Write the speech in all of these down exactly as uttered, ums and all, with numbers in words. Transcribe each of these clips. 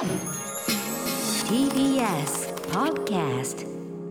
ティービーエス Podcast。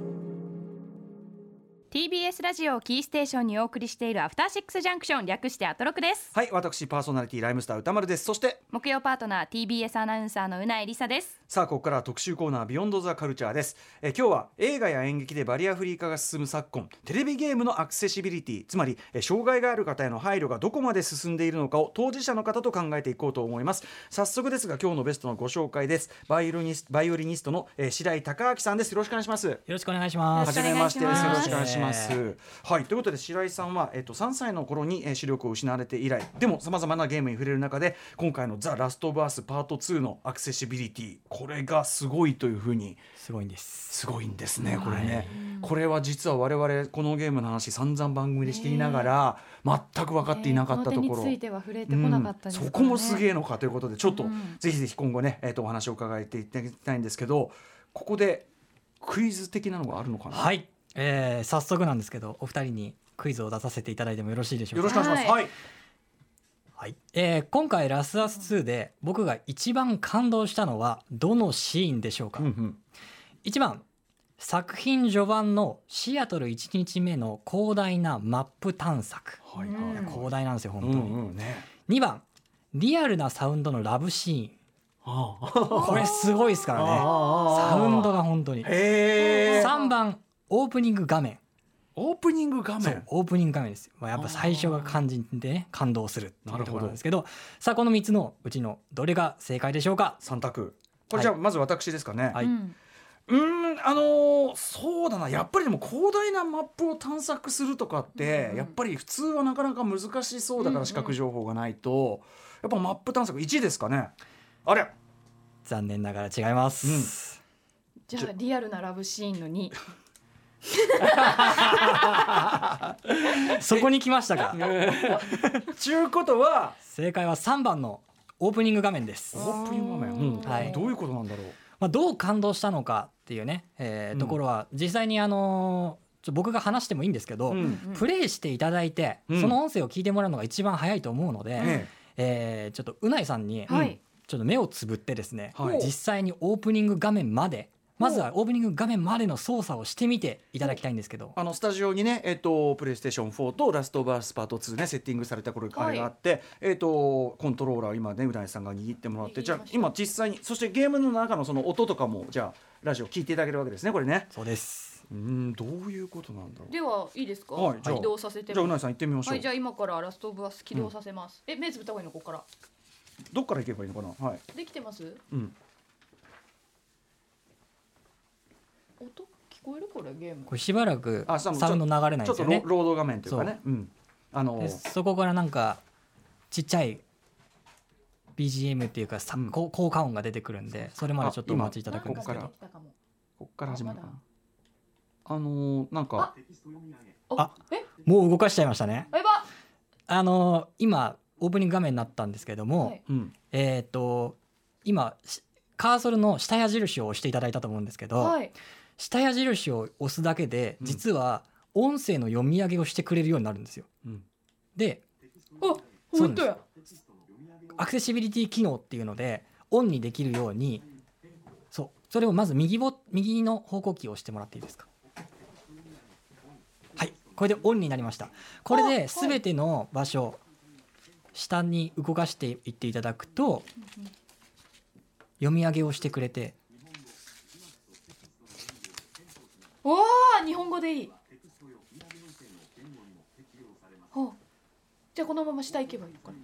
ティービーエス ラジオをキーステーションにお送りしているアフターシックスジャンクション、略してアトロクです。 はい、私パーソナリティライムスター歌丸です。そして木曜パートナー ティービーエス アナウンサーのうないりさです。 さあ、ここからは特集コーナービヨンドザカルチャーです。え今日は映画や演劇でバリアフリー化が進む昨今、テレビゲームのアクセシビリティ、つまりえ障害がある方への配慮がどこまで進んでいるのかを当事者の方と考えていこうと思います。早速ですが今日のベストのご紹介です。バイオリニスト、バイオリニストのえ白井貴明さんです。よろしくお願いします。よろしくお願いします。 はじめましてです。よろしくお願いしまえす。はい、ということで白井さんは、えっと、さんさいの頃に、えー視力を失われて以来でもさまざまなゲームに触れる中で、今回のザ・ラストオブアースパートツーのアクセシビリティ、これがすごいというふうにすごいんです。 すごいんですね、これね、 はい、 これは実は我々このゲームの話散々番組でしていながら、全く分かっていなかったところ、 この点については触れてこなかったですからね、 うん、そこもすげえのかということで、ちょっと、 うん、 ぜひぜひ今後ね、えー、とお話を伺えていただきたいんですけど、ここでクイズ的なのがあるのかな。 はい、えー、早速なんですけど、お二人にクイズを出させていただいてもよろしいでしょうか。 よろしくお願いします。 ははいい、 はいえー、今回ラスアスツーで僕が一番感動したのはどのシーンでしょうか。 うんうん、 いちばん、作品序盤のシアトルいちにちめの広大なマップ探索、 はいはいうん広大なんですよ本当に、 うんうんね、 にばん、リアルなサウンドのラブシーン、 あこれすごいですからね、 あサウンドが本当に。 へー、 さんばん、オープニング画面、 オープニング画そう面、 オープニング画面です。まあやっぱ最初が肝心でね、感動するっていうところなんですけど、 なさあこのみっつのうちのどれが正解でしょうか。 さん択。これじゃあまず私ですかね。 はい、 うんうーん、あのーそうだな、やっぱりでも広大なマップを探索するとかって、 うん、 やっぱり普通はなかなか難しそうだから、視覚情報がないと、やっぱマップ探索いちですかね。あれ、 残念ながら違います、 じゃあリアルなラブシーンのに。 そこに来ましたか。 ちゅうことは正解はさんばんのオープニング画面ですオ。ープニング画面、うん、 はいどういうことなんだろう。 まあ、どう感動したのかっていうね、えーうんところは実際にあのーちょ僕が話してもいいんですけど、 うんプレイしていただいて、 うんその音声を聞いてもらうのが一番早いと思うので、 ええーちょっとうないさんに、 はいちょっと目をつぶってですね、 はい実際にオープニング画面まで、まずはオープニング画面までの操作をしてみていただきたいんですけど、 あのスタジオにね、えっとプレイステーションフォーとラストオブアースパートツーね、セッティングされたこれ、 はいあれがあって、えっとコントローラーを今ねうなぎさんが握ってもらって、じゃあ今実際に、そしてゲームの中のその音とかもじゃあラジオ聞いていただけるわけですね、これね。 そうです。 うーん、どういうことなんだろう。 ではいいですか、 はい、じゃあ起動させてじゃあうなぎさん行ってみましょう。 はい、じゃあ今からラストオブアス起動させます、え、目つぶった方がいいの、ここからどっから行けばいいのかな。はい、 できてます？ うん、 音聞こえる？これゲームこれしばらくあさサウンド流れないちょっとロんですよね。 ロード画面というかね、うん、あのでそこからなんかちっちゃい ビージーエム っていうかさ、 うんこう効果音が出てくるんで、それまでちょっとお待ちいただくんですけどここから、 なんか出てきたかもこっから始まるかな。 ああのーなんかあえ、 もう動かしちゃいましたね。 やばあのー今オープニング画面になったんですけども、 はいうん、 えっ、と今しカーソルの下矢印を押していただいたと思うんですけど、 はい下矢印を押すだけでうん実は音声の読み上げをしてくれるようになるんですよ。 うん、 であ、 そう本当やアクセシビリティ機能っていうのでオンにできるように、そうそれをまず右ボ右の方向キーを押してもらっていいですか。はい、これでオンになりました。これで全ての場所、下に動かしていっていただくと読み上げをしてくれて、 おー、日本語でいい。はあ、じゃあこのまま下行けばいいのかな。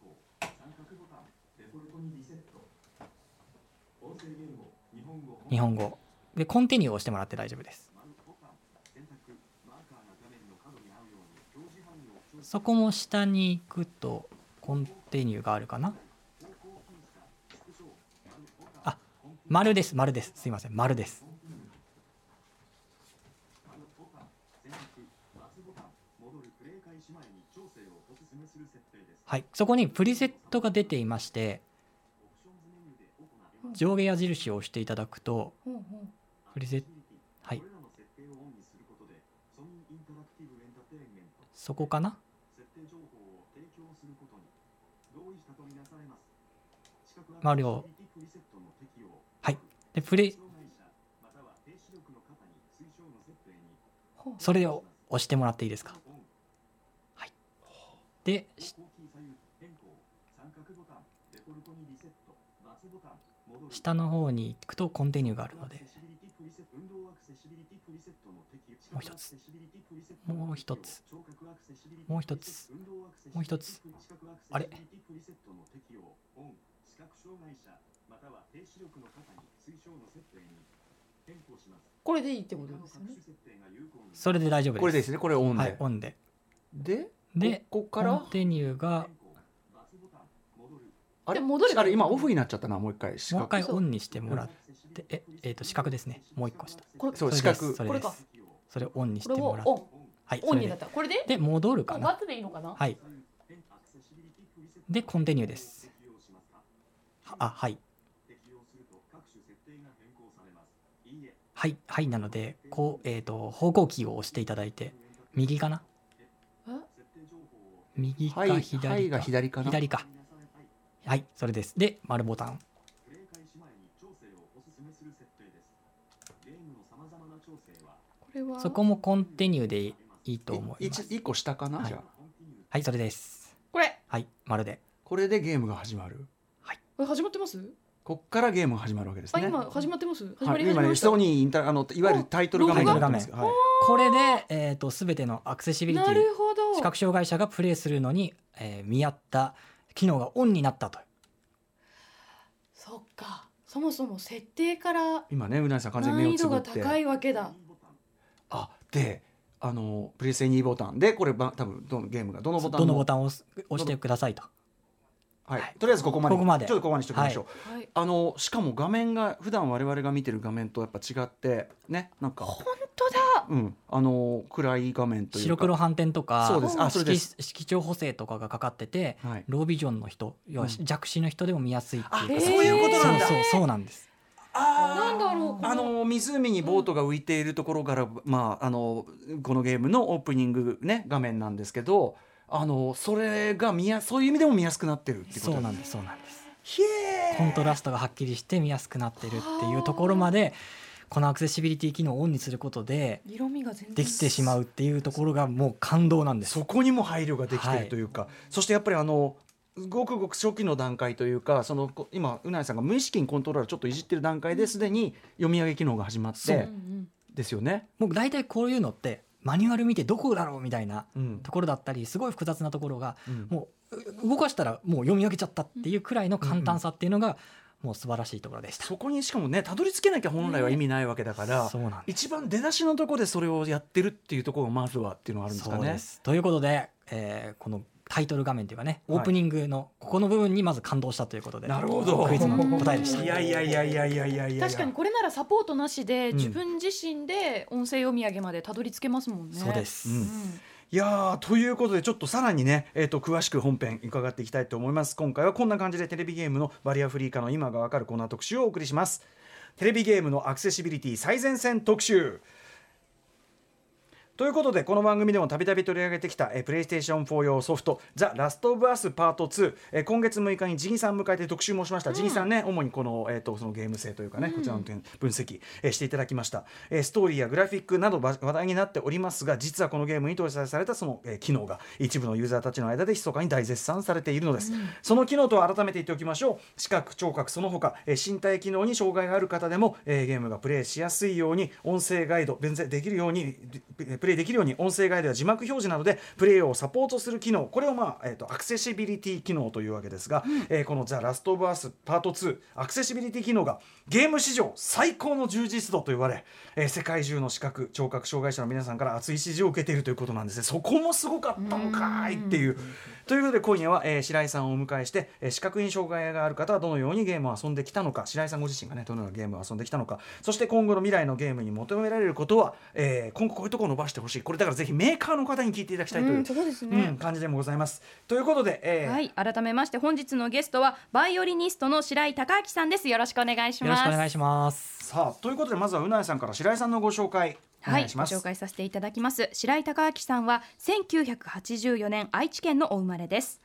日本語でコンティニューを押してもらって大丈夫です。そこも下に行くとコンティニューがあるかな。あ、丸です、丸です、すいません、丸です。はい、そこにプリセットが出ていまして、上下矢印を押していただくとほうほうプリセット、はい、そこかな。丸をはいでプレイそれを押してもらっていいですか。はいで下の方に行くとコンティニューがあるので、もう一つもう一つもう一つもう一つあれこれでいいってことですよね。 それで大丈夫です。 これですね、これオンで、 はい、オンでででここからコンティニューがあれで戻ればあれ今オフになっちゃったな。もう一回四もう角一回オンにしてもらってえ、えー、と四角ですね。もう一個下これそうそれです四角それこれかですそれをオンにしこれをてもらってオンはいオンにそれでなったこれでで戻るかな。 バツでいいのかな。 はいでコンティニューです。あはいはいはいなのでこう、えー、と方向キーを押していただいて右かなえ右かはい左か、 はいが左かな左かはいそれですで丸ボタンこれはそこもコンティニューでいいと思います一一個下かな、 はいじゃあはいそれですこれはい丸でこれでゲームが始まる。 これ始まってます。 こっからゲームが始まるわけですあね。 今始まってます。始まはい、今ねり始めました。 ソニーインタあのいわゆるタイトル画面になってますけど、はい、 これで、えー、と全てのアクセシビリティなるほど。 視覚障害者がプレイするのに、えー見合った機能がオンになったと。 そっか。そもそも設定から今ねうなぎさん完全に目難易度がをつぶって高いわけだ。 あであのプレイステにボタンでこれば多分どのゲームがどのボタンどのボタン、 タンを押す押してくださいと。 はいはいとりあえずここまでここまでちょっとここまでにしておきましょう、 はい。 あのしかも画面が普段我々が見てる画面とやっぱ違ってねなんか本当だ。 うんあの暗い画面というか白黒反転とかそうですあそれです色色調補正とかがかかってて、 はいロービジョンの人要はうん弱視の人でも見やすいっていうか、 あへーそういうことなんだそうそうそうなんです。 なんだろう。 あの湖にボートが浮いているところから、まあ、あのこのゲームのオープニング、ね、画面なんですけどあのそれが見やそういう意味でも見やすくなってるっていうことそうなんですそうなんですひえコントラストがはっきりして見やすくなってるっていうところまでこのアクセシビリティ機能をオンにすることで色味が全然できてしまうっていうところがもう感動なんですそこにも配慮ができてはいるというか、そしてやっぱりあのごくごく初期の段階というかそのこ今うなぎさんが無意識にコントローラーちょっといじってる段階ですでに読み上げ機能が始まっそうてうんうんですよね。 もう大体こういうのってマニュアル見てどこだろうみたいなうんところだったりすごい複雑なところがうんもうう動かしたらもう読み上げちゃったっていうくらいの簡単さっていうのがもう素晴らしいところでした。 そこにしかもねたどり着けなきゃ本来は意味ないわけだから、 そうなんです一番出だしのところでそれをやってるっていうところがまずはっていうのがあるんですかね。 そうですということで、えーこのタイトル画面というかねはいオープニングのここの部分にまず感動したということで、 なるほどクイズの答えでした。 いやいやいやいやいやいやいや確かにこれならサポートなしでうん自分自身で音声読み上げまでたどり着けますもんね。 そうです、 うんうんいやーということでちょっとさらにね、えー、と詳しく本編伺っていきたいと思います。今回はこんな感じでテレビゲームのバリアフリー化の今がわかるコーナー特集をお送りします。テレビゲームのアクセシビリティ最前線特集ということでこの番組でもたびたび取り上げてきたえープレイステーションフォー用ソフトザ・ラストオブアスパートツー、えー今月むいかにジギさん迎えて特集もしました、ジギさんね主にこの,、えー、とそのゲーム性というかね、こちらの点分析、えーしていただきました、えーストーリーやグラフィックなどば話題になっておりますが実はこのゲームに搭載されたその、えー機能が一部のユーザーたちの間で密かに大絶賛されているのです、その機能とは改めて言っておきましょう。視覚聴覚その他、えー身体機能に障害がある方でも、えーゲームがプレイしやすいように音声ガイド全然できるようにプレイできるように音声ガイドや字幕表示などでプレイをサポートする機能これを、まあえー、とアクセシビリティ機能というわけですが、えーこのザ・ラストオブアスパートツーアクセシビリティ機能がゲーム史上最高の充実度と言われ、えー世界中の視覚聴覚障害者の皆さんから熱い支持を受けているということなんですね。そこもすごかったのかいっていうということで今夜は、えー白井さんをお迎えして、えー視覚に障害がある方はどのようにゲームを遊んできたのか白井さんご自身がねどのようなゲームを遊んできたのかそして今後の未来のゲームに求められることは、えー今後こういうところを伸ばしてほしいこれだからぜひメーカーの方に聞いていただきたいという、 うんそうですうねん感じでもございますということで、えーはい、改めまして本日のゲストはバイオリニストの白井貴明さんです。よろしくお願いしよろます。 しくお願いします。 さあということでまずはうなえさんから白井さんのご紹介おはい、ご願いします、 紹介させていただきます。白井貴明さんはせんきゅうひゃくはちじゅうよねん愛知県のお生まれです。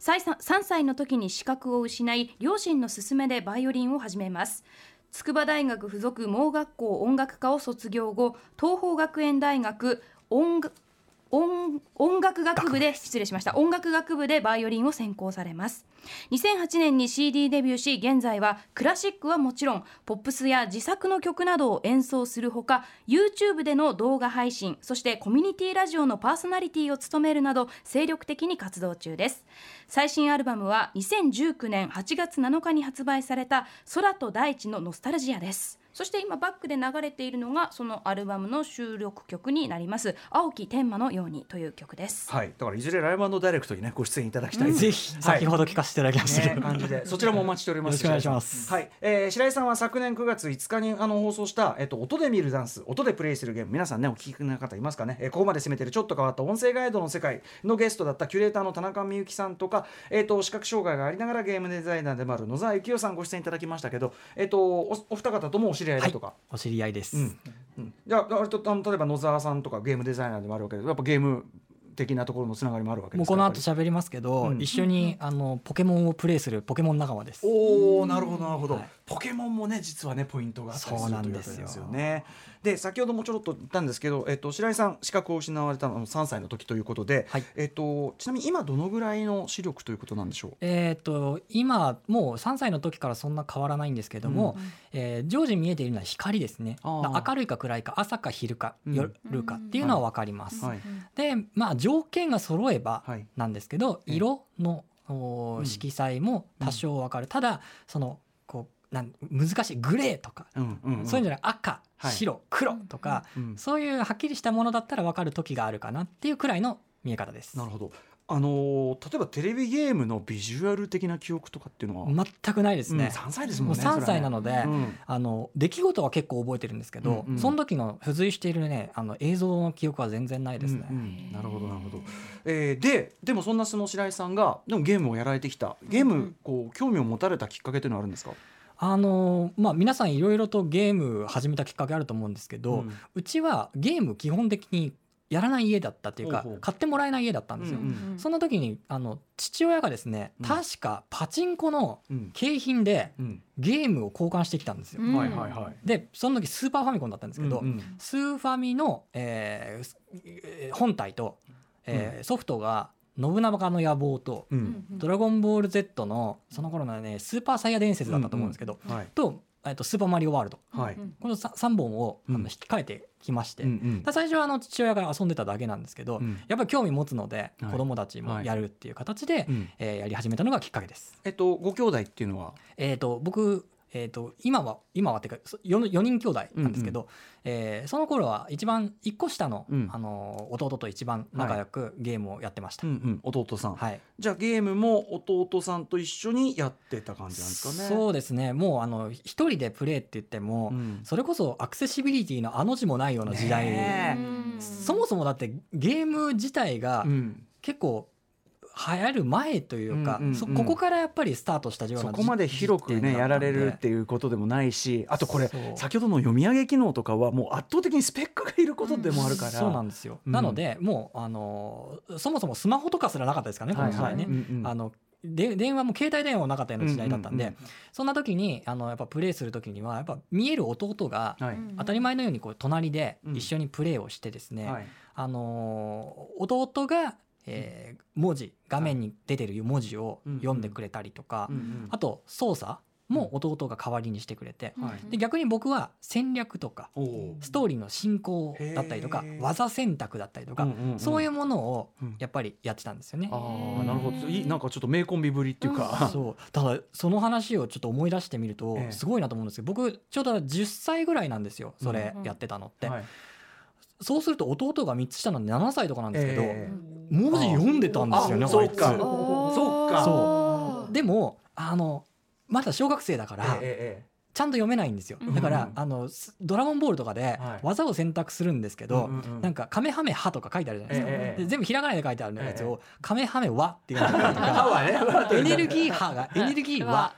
さんさいの時に資格を失い、両親の勧めでバイオリンを始めます。筑波大学附属盲学校音楽科を卒業後、東邦学園大学音楽音, 音楽学部で失礼しました音楽学部でバイオリンを専攻されます。にせんはちねんに シーディー デビューし、現在はクラシックはもちろんポップスや自作の曲などを演奏するほか、 YouTube での動画配信、そしてコミュニティラジオのパーソナリティを務めるなど精力的に活動中です。最新アルバムはにせんじゅうきゅうねんはちがつなのかに発売された空と大地のノスタルジアです。そして今バックで流れているのがそのアルバムの収録曲になります青き天馬のようにという曲です。 はい、だからいずれライブ&ダイレクトにねご出演いただきたい、うん、 ぜひ先ほど聞かせていただきましたけど、 ね、感じでそちらもお待ちしております。 よろしくお願いします。 はい、えー、白井さんは昨年くがついつかにあの放送した、えっと、音で見るダンス、音でプレイするゲーム、皆さんねお聞きの方いますかね、えー、ここまで攻めてるちょっと変わった音声ガイドの世界のゲストだったキュレーターの田中美幸さんとか、えー、と視覚障害がありながらゲームデザイナーでもある野沢幸雄さんご出演いただきましたけど、えー、と お, お二方ともお知り合いだとか、 はい、お知り合いです、 うんうん、じゃあ割とあの例えば野沢さんとかゲームデザイナーでもあるわけで、やっぱゲーム的なところのつながりもあるわけですか。 もうこの後喋りますけど、うん、一緒にあのポケモンをプレイするポケモン仲間です。 おー、なるほどなるほど、 はい、 ポケモンもね実はねポイントがあったりするというわけですよね。 でで先ほどもちょろっと言ったんですけど、えっと、白井さん資格を失われたのはさんさいの時ということで、はい、えっと、ちなみに今どのぐらいの視力ということなんでしょう。 えー、っと今もうさんさいの時からそんな変わらないんですけども、うん、えー、常時見えているのは光ですね。明るいか暗いか朝か昼か夜かっていうのは分かります、うん、はい、で、まあ、条件が揃えばなんですけど、はい、色の、うん、色彩も多少分かる、うん、ただそのこうなん難しいグレーとか、うんうんうん、そういうんじゃない赤、はい、白黒とか、うん、そういうはっきりしたものだったら分かる時があるかなっていうくらいの見え方です。 なるほど。あのー、例えばテレビゲームのビジュアル的な記憶とかっていうのは全くないですね、 うん、さんさいですもんね。 もうさんさいなので、ね、うん、あの出来事は結構覚えてるんですけど、うんうん、その時の付随している、ね、あの映像の記憶は全然ないですね、うんうん、 なるほどなるほど、えー、で, でもそんなその白井さんがでもゲームをやられてきたゲームこう興味を持たれたきっかけというのはあるんですか。 あのまあ、皆さんいろいろとゲーム始めたきっかけあると思うんですけど、うん、うちはゲーム基本的にやらない家だったっていうか、ほうほう買ってもらえない家だったんですよ、うんうん、そんな時にあの父親がですね、うん、確かパチンコの景品でゲームを交換してきたんですよ、うん、でその時スーパーファミコンだったんですけど、うんうん、スーファミの、えー、本体と、えーうん、ソフトが信長の野望と、うん、ドラゴンボール Z のその頃のねスーパーサイヤ伝説だったと思うんですけど、うんうん、はい、とえっと、スーパーマリオワールド、はい、この さんぼんを、うん、あの引き換えてきまして、うんうん、最初はあの父親が遊んでただけなんですけど、うん、やっぱり興味持つので、はい、子供たちもやるっていう形で、はい、えー、やり始めたのがきっかけです。 えっと、ご兄弟っていうのは、 えー、と僕えー、と今は今はっていうか 4, よにん兄弟なんですけど、うんうん、えー、その頃は一番いっこ下の、うん、あの弟と一番仲良くゲームをやってました、 はい、うんうん、弟さん、 はい、 じゃあゲームも弟さんと一緒にやってた感じなんですかね。 そうですね、もうあの一人でプレイって言っても、うん、それこそアクセシビリティのあの字もないような時代、ね、そもそもだってゲーム自体が結構流行る前というか、うんうんうん、そここからやっぱりスタートしたような、 そこまで広くねやられるっていうことでもないし、あとこれ先ほどの読み上げ機能とかはもう圧倒的にスペックがいることでもあるから、うん、 そうなんですよ、うん、なのでもうあのそもそもスマホとかすらなかったですからね、この時代ね、はいはい、うんうん、あので電話も携帯電話もなかったような時代だったんで、うんうんうん、そんな時にあのやっぱプレイする時にはやっぱ見える弟が当たり前のようにこう隣で一緒にプレイをしてですね、うんはい、あの弟がえー、文字画面に出てる文字を読んでくれたりとか、うんうん、あと操作も弟が代わりにしてくれて、うん、で逆に僕は戦略とかストーリーの進行だったりとか技選択だったりとか、うんうんうん、そういうものをやっぱりやってたんですよね、 うん、あ、なるほど、いい、なんかちょっと名コンビぶりっていうか、 うん、そうただその話をちょっと思い出してみるとすごいなと思うんですけど、僕ちょうどじゅっさいぐらいなんですよ、それやってたのって、うんうん、はい、そうすると弟がみっつ下なんでななさいとかなんですけど、えー、文字読んでたんですよね、あそうかそうか、 そうでもあのまだ小学生だから、えーえーちゃんと読めないんですよ。だから、 うんあのドラゴンボールとかではい技を選択するんですけど、 うんうんうんなんかカメハメハとか書いてあるじゃないですか、 ええで全部ひらがなで書いてあるやつを、 えカメハメワって読んだりと歯かはねエネルギー波がエネルギーは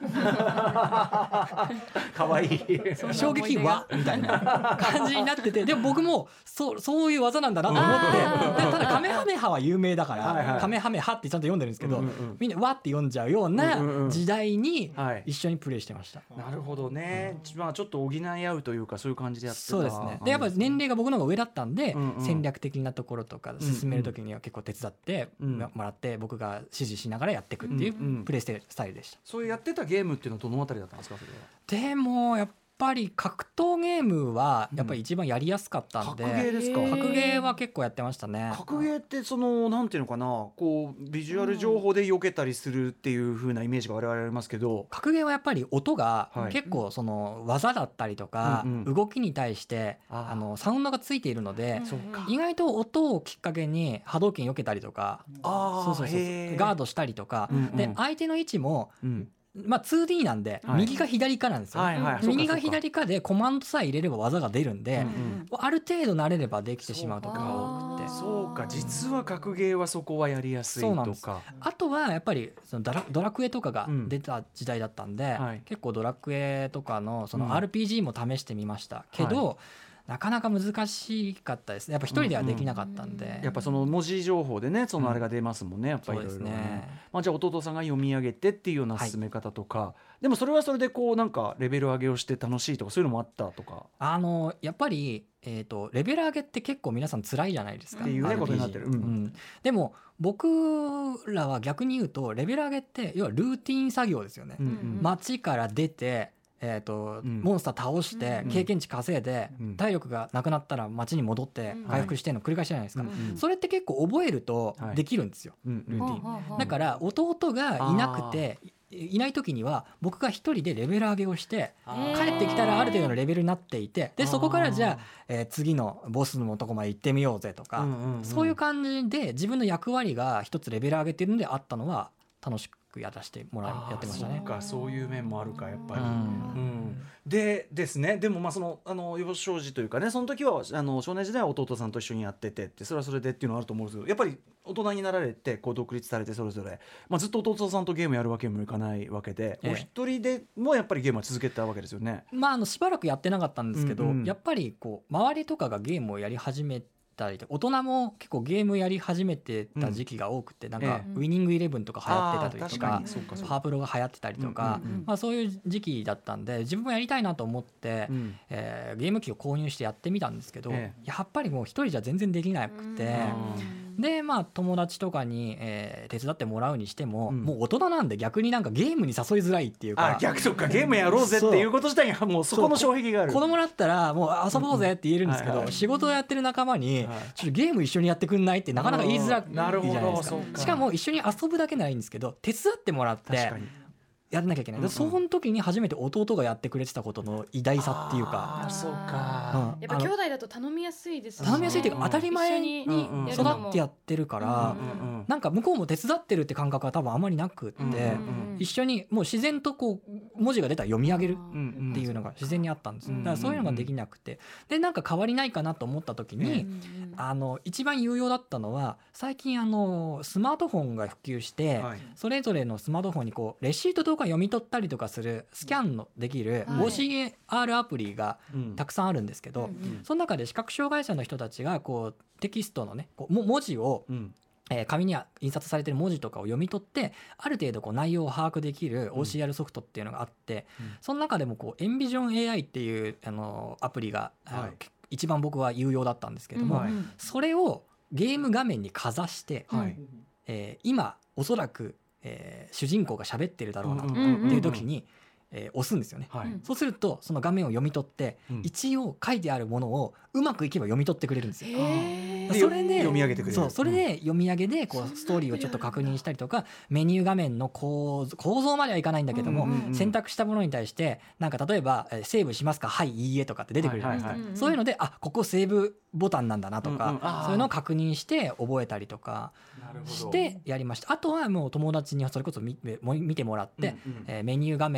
かわいい衝撃はみたいな感じになってて、でも僕もそうそういう技なんだなと思って、でただカメハメハは有名だから、 はいはいカメハメハってちゃんと読んでるんですけど、 うんうんうんみんなわって読んじゃうよううんうんうなん時代にはい一緒にプレイしてました。 なるほどね、まあ、ちょっと補い合うというかそういう感じでやってた。 そうですね。でやっぱ年齢が僕の方が上だったんで、 うんうん戦略的なところとか進める時には結構手伝ってうんもらって、僕が指示しながらやっていくっていうんうんうプレイスタイルでした。 そういうやってたゲームっていうのはどのあたりだったんですかそれは。 でもやっぱり格闘ゲームはやっぱり一番やりやすかったんで、 格ゲーですか。 へー格ゲーは結構やってましたね。 格ゲーってそのなんていうのかな、こうビジュアル情報で避けたりするっていう風なイメージが我々ありますけど、 格ゲーはやっぱり音がはい結構その技だったりとかうんうん動きに対してあーあのサウンドがついているので、 そっか意外と音をきっかけに波動拳避けたりとか、 あそうそうそうへーガードしたりとか、 うんうんで相手の位置もうんまあ ツーディー なんではい右か左かなんですよ、 はいはいで右かそうかそうか左かでコマンドさえ入れれば技が出るんで、 うんうんある程度慣れればできてしまうとかが多くて、 そうか実は格ゲーはそこはやりやすいそうなんですとか。 あとはやっぱりそのドラドラクエとかが出た時代だったんで、 はい結構ドラクエとかのそうんの アールピージー も試してみましたけど、なかなか難しかったですね。やっぱ一人ではできなかったんで、 やっぱその文字情報でねそのあれが出ますもんね、やっぱりそうですいろいろねね。 まあ、じゃあ弟さんが読み上げてっていうような進め方とか、でもそれはそれでこうなんかレベル上げをして楽しいとかそういうのもあったとかあのやっぱり、えーとレベル上げって結構皆さん辛いじゃないですかっていうねアールピージーことになってるうんうんでも僕らは逆に言うとレベル上げって要はルーティン作業ですよね、 うんうん街から出て、えーとうんモンスター倒してうん経験値稼いで、 うん体力がなくなったら街に戻ってうん回復しての繰り返しじゃないですか、 うんうんそれって結構覚えるとはいできるんですよ、 うんうんルーティン、 はあはあだから弟がいなくていない時には僕が一人でレベル上げをしてあー帰ってきたらある程度のレベルになっていてでそこからじゃああー、 えー次のボスのとこまで行ってみようぜとか、 うんうんうんそういう感じで自分の役割が一つレベル上げてるんであったのは楽しくやらせてもらいあーやってましたねそう。かそういう面もあるかやっぱり、 うんうんでですねでもまあそのあの幼少時というかねその時はあの少年時代は弟さんと一緒にやっててってそれはそれでっていうのはあると思うんですけどやっぱり大人になられてこう独立されてそれぞれ、まあ、ずっと弟さんとゲームやるわけにもいかないわけで、 ええお一人でもやっぱりゲームは続けたわけですよね。 まあ、あのしばらくやってなかったんですけど、 うんうんやっぱりこう周りとかがゲームをやり始めたりと大人も結構ゲームやり始めてた時期が多くて、なんかえウィニングイレブンとか流行ってたあーりとか確かにそうかそうかパワープロが流行ってたりとか、 うんうんうんまあ、そういう時期だったんで自分もやりたいなと思って、 うんえーゲーム機を購入してやってみたんですけど、 えやっぱりもう一人じゃ全然できなくて。でまあ友達とかに、えー手伝ってもらうにしても、 うんもう大人なんで逆になんかゲームに誘いづらいっていうかあ逆そっかゲームやろうぜっていうこと自体がもうそこの障壁がある。 子供だったらもう遊ぼうぜって言えるんですけど、 うんはいはい仕事をやってる仲間に、 はいちょっとゲーム一緒にやってくんないってなかなか言いづらいじゃなるほどないですかそうかしかも一緒に遊ぶだけならいいんですけど手伝ってもらって確かにやらなきゃいけない、 うんうんその時に初めて弟がやってくれてたことの偉大さっていうかあーそうか、 うんやっぱ兄弟だと頼みやすいですしね頼みやすいっていうか当たり前一緒ににうんうん育やるのもってやってるから、 うんうんなんか向こうも手伝ってるって感覚は多分あんまりなくって、 うんうんうん一緒にもう自然とこう文字が出たら読み上げるうんうんっていうのが自然にあったんです、 うんだからそういうのができなくてでなんか変わりないかなと思った時に、 ええあの一番有用だったのは最近あのスマートフォンが普及して、 はいそれぞれのスマートフォンにこうレシートとか読み取ったりとかするスキャンのできるはいオーシーアール アプリがうんたくさんあるんですけど、 うんその中で視覚障害者の人たちがこうテキストのねこうも文字をうんえー紙に印刷されてる文字とかを読み取ってある程度こう内容を把握できる オーシーアール ソフトっていうのがあって、 うんその中でもこうエンビジョン エーアイ っていうあのアプリが、あのはい一番僕は有用だったんですけども、 はいそれをゲーム画面にかざして、 はいえー今おそらく、えー主人公が喋ってるだろうなってうんうんうんいう時に、えー押すんですよね。 はいうんそうするとその画面を読み取って、 うん一応書いてあるものをうまくいけば読み取ってくれるんですよ。 へーでそれで読み上げてくれるそうそれで読み上げでこうストーリーをちょっと確認したりとかメニュー画面の構造構造まではいかないんだけども、 うんうんうん選択したものに対してなんか例えばえーセーブしますかはいいいえとかって出てくるじゃないですか、 はいはいはいそういうのであここセーブボタンなんだなとか、 うんうんあーそういうのを確認して覚えたりとかなるほどしてやりました。あとはもう友達にそれこそ見も見てもらって、 うんうんえーメニュー画面の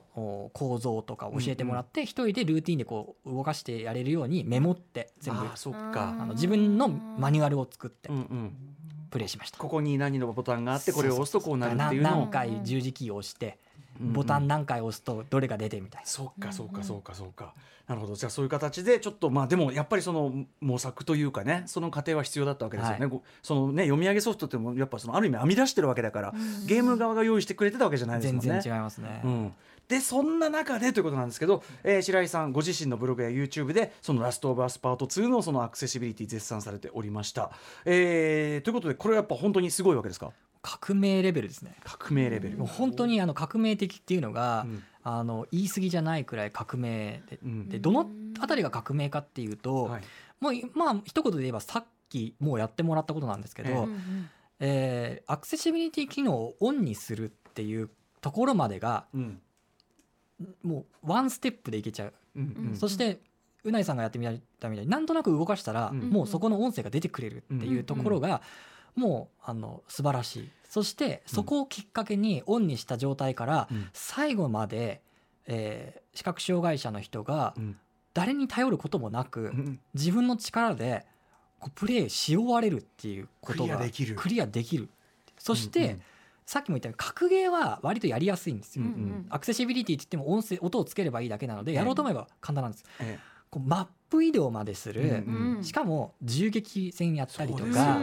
の構造とかを教えてもらって、一人でルーティンでこう動かしてやれるようにメモって全部あそっかあの自分のマニュアルを作ってうんうんプレイしました。 ここに何のボタンがあってこれを押すとこうなるっていうのを何回十字キーを押してうんうんボタン何回押すとどれが出てみたいな。 そうかそうかそうかそうか、なるほど。じゃあそういう形でちょっとまあでもやっぱりその模索というかね、その過程は必要だったわけですよね、はい、ごそのね読み上げソフトってもやっぱそのある意味編み出してるわけだから、うん、ゲーム側が用意してくれてたわけじゃないですもんね。 全然違いますね、 うん、でそんな中でということなんですけど、えー、白井さんご自身のブログや YouTube でそのラストオブアスパートツーのそのアクセシビリティ絶賛されておりました、えー、ということでこれはやっぱ本当にすごいわけですか？ 革命レベルですね。 革命レベル、 もう本当にあの革命的っていうのが、 うん、 あの言い過ぎじゃないくらい革命 で,、 うん、 でどのあたりが革命かっていうと、はい、もうまあ一言で言えばさっきもうやってもらったことなんですけど、えーえー、アクセシビリティ機能をオンにするっていうところまでが、うん、もうワンステップでいけちゃう、うんうん、そしてうないさんがやってみたみたいになんとなく動かしたら、うん、もうそこの音声が出てくれるっていうところが、うんうんもうあの素晴らしい。そしてそこをきっかけにオンにした状態から最後まで、えー、視覚障害者の人が誰に頼ることもなく自分の力でこうプレイし終われるっていうことがクリアできる。 クリアできる。そして、うんうん、さっきも言ったように格ゲーは割とやりやすいんですよ、うんうん、アクセシビリティって言っても音声音をつければいいだけなのでやろうと思えば簡単なんです、ええこうマップ移動までする、うんうん、しかも銃撃戦やったりとか、うん、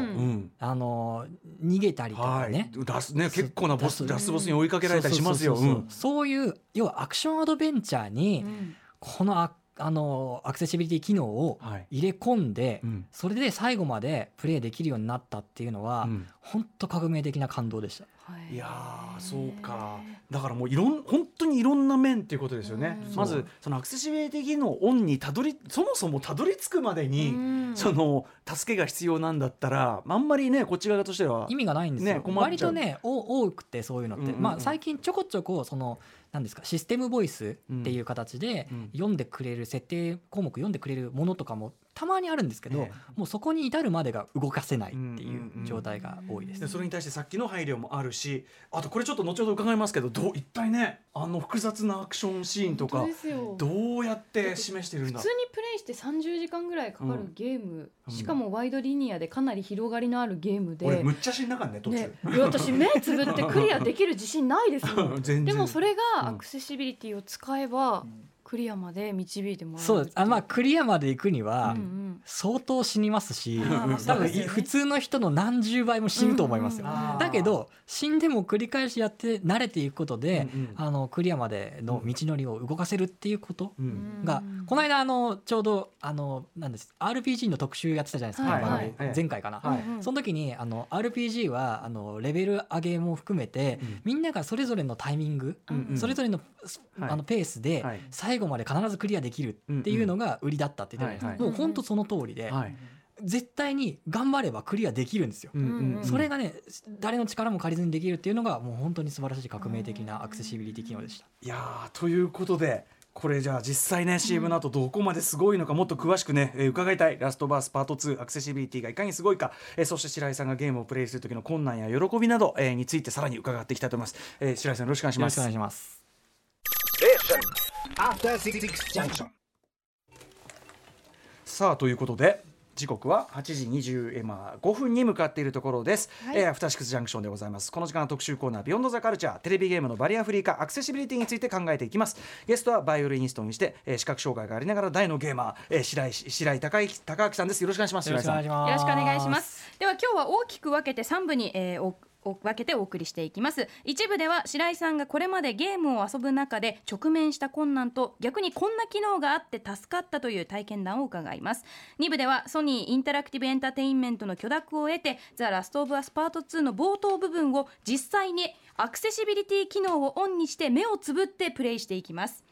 あの逃げたりとかね、 はい、ラスね結構なボスラスボスに追いかけられたりしますよ。 そういう要はアクションアドベンチャーに、うん、このアあのアクセシビリティ機能を入れ込んで、はいうん、それで最後までプレイできるようになったっていうのは、うん、本当革命的な感動でした。 いやそうか。だからもういろん本当にいろんな面っていうことですよね。まずそのアクセシビリティ機能オンにたどりそもそもたどり着くまでにその助けが必要なんだったらあんまりねこっち側としては意味がないんですよ、ね、割とねお多くてそういうのって、うんうんうんまあ、最近ちょこちょこそのなんですかシステムボイスっていう形で読んでくれる設定項目読んでくれるものとかもたまにあるんですけど、ええ、もうそこに至るまでが動かせないっていう状態が多いです、 うんうんうん、でそれに対してさっきの配慮もあるしあとこれちょっと後ほど伺いますけどどう一体ねあの複雑なアクションシーンとかどうやって示してるんだ。 普通にプレイしてさんじゅうじかんぐらいかかるゲーム、うん、しかもワイドリニアでかなり広がりのあるゲームで俺むっちゃ死んだからね途中、 ね、私目つぶってクリアできる自信ないですもんでもそれがアクセシビリティを使えば、うんクリアまで導いてもらう。 そうです。あ、まあクリアまで行くには相当死にますし、うんうん、多分普通の人の何十倍も死ぬと思いますよ、うんうん、だけど死んでも繰り返しやって慣れていくことで、うんうん、あのクリアまでの道のりを動かせるっていうことが、うん、この間あのちょうどあのなんです アールピージー の特集やってたじゃないですか、はいはいはい、前回かな、はい、その時にあの アールピージー はあのレベル上げも含めて、うん、みんながそれぞれのタイミング、うんうん、それぞれの、あのペースで最後まで必ずクリアできるっていうのが売りだったって言ってたんです、うんうん、もう本当その通りで、はい、絶対に頑張ればクリアできるんですよ、うんうんうん、それがね誰の力も借りずにできるっていうのがもう本当に素晴らしい革命的なアクセシビリティ機能でした。 いやということでこれじゃあ実際ね シーエム の後どこまですごいのかもっと詳しくね、えー、伺いたいラストバースパートツーアクセシビリティがいかにすごいか、えー、そして白井さんがゲームをプレイする時の困難や喜びなど、えー、についてさらに伺っていきたいと思います、えー、白井さんよろしくお願いします。 よろしくお願いします。 さあということで時刻ははちじにじゅうごふんに向かっているところです、はいえー、アフターシックスジャンクションでございます。この時間の特集コーナービヨンドザカルチャーテレビゲームのバリアフリー化アクセシビリティについて考えていきます。ゲストはバイオリニストにして、えー、視覚障害がありながら大のゲーマー、えー、白井白井孝之孝明さんです。よろしくお願いします。 よろしくお願いします。よろしくお願いします。では今日は大きく分けてさん部に、えー、お分けてお送りしていきます。一部では白井さんがこれまでゲームを遊ぶ中で直面した困難と逆にこんな機能があって助かったという体験談を伺います。に部ではソニーインタラクティブエンターテインメントの許諾を得てザ・ラストオブアスパートツーの冒頭部分を実際にアクセシビリティ機能をオンにして目をつぶってプレイしていきます。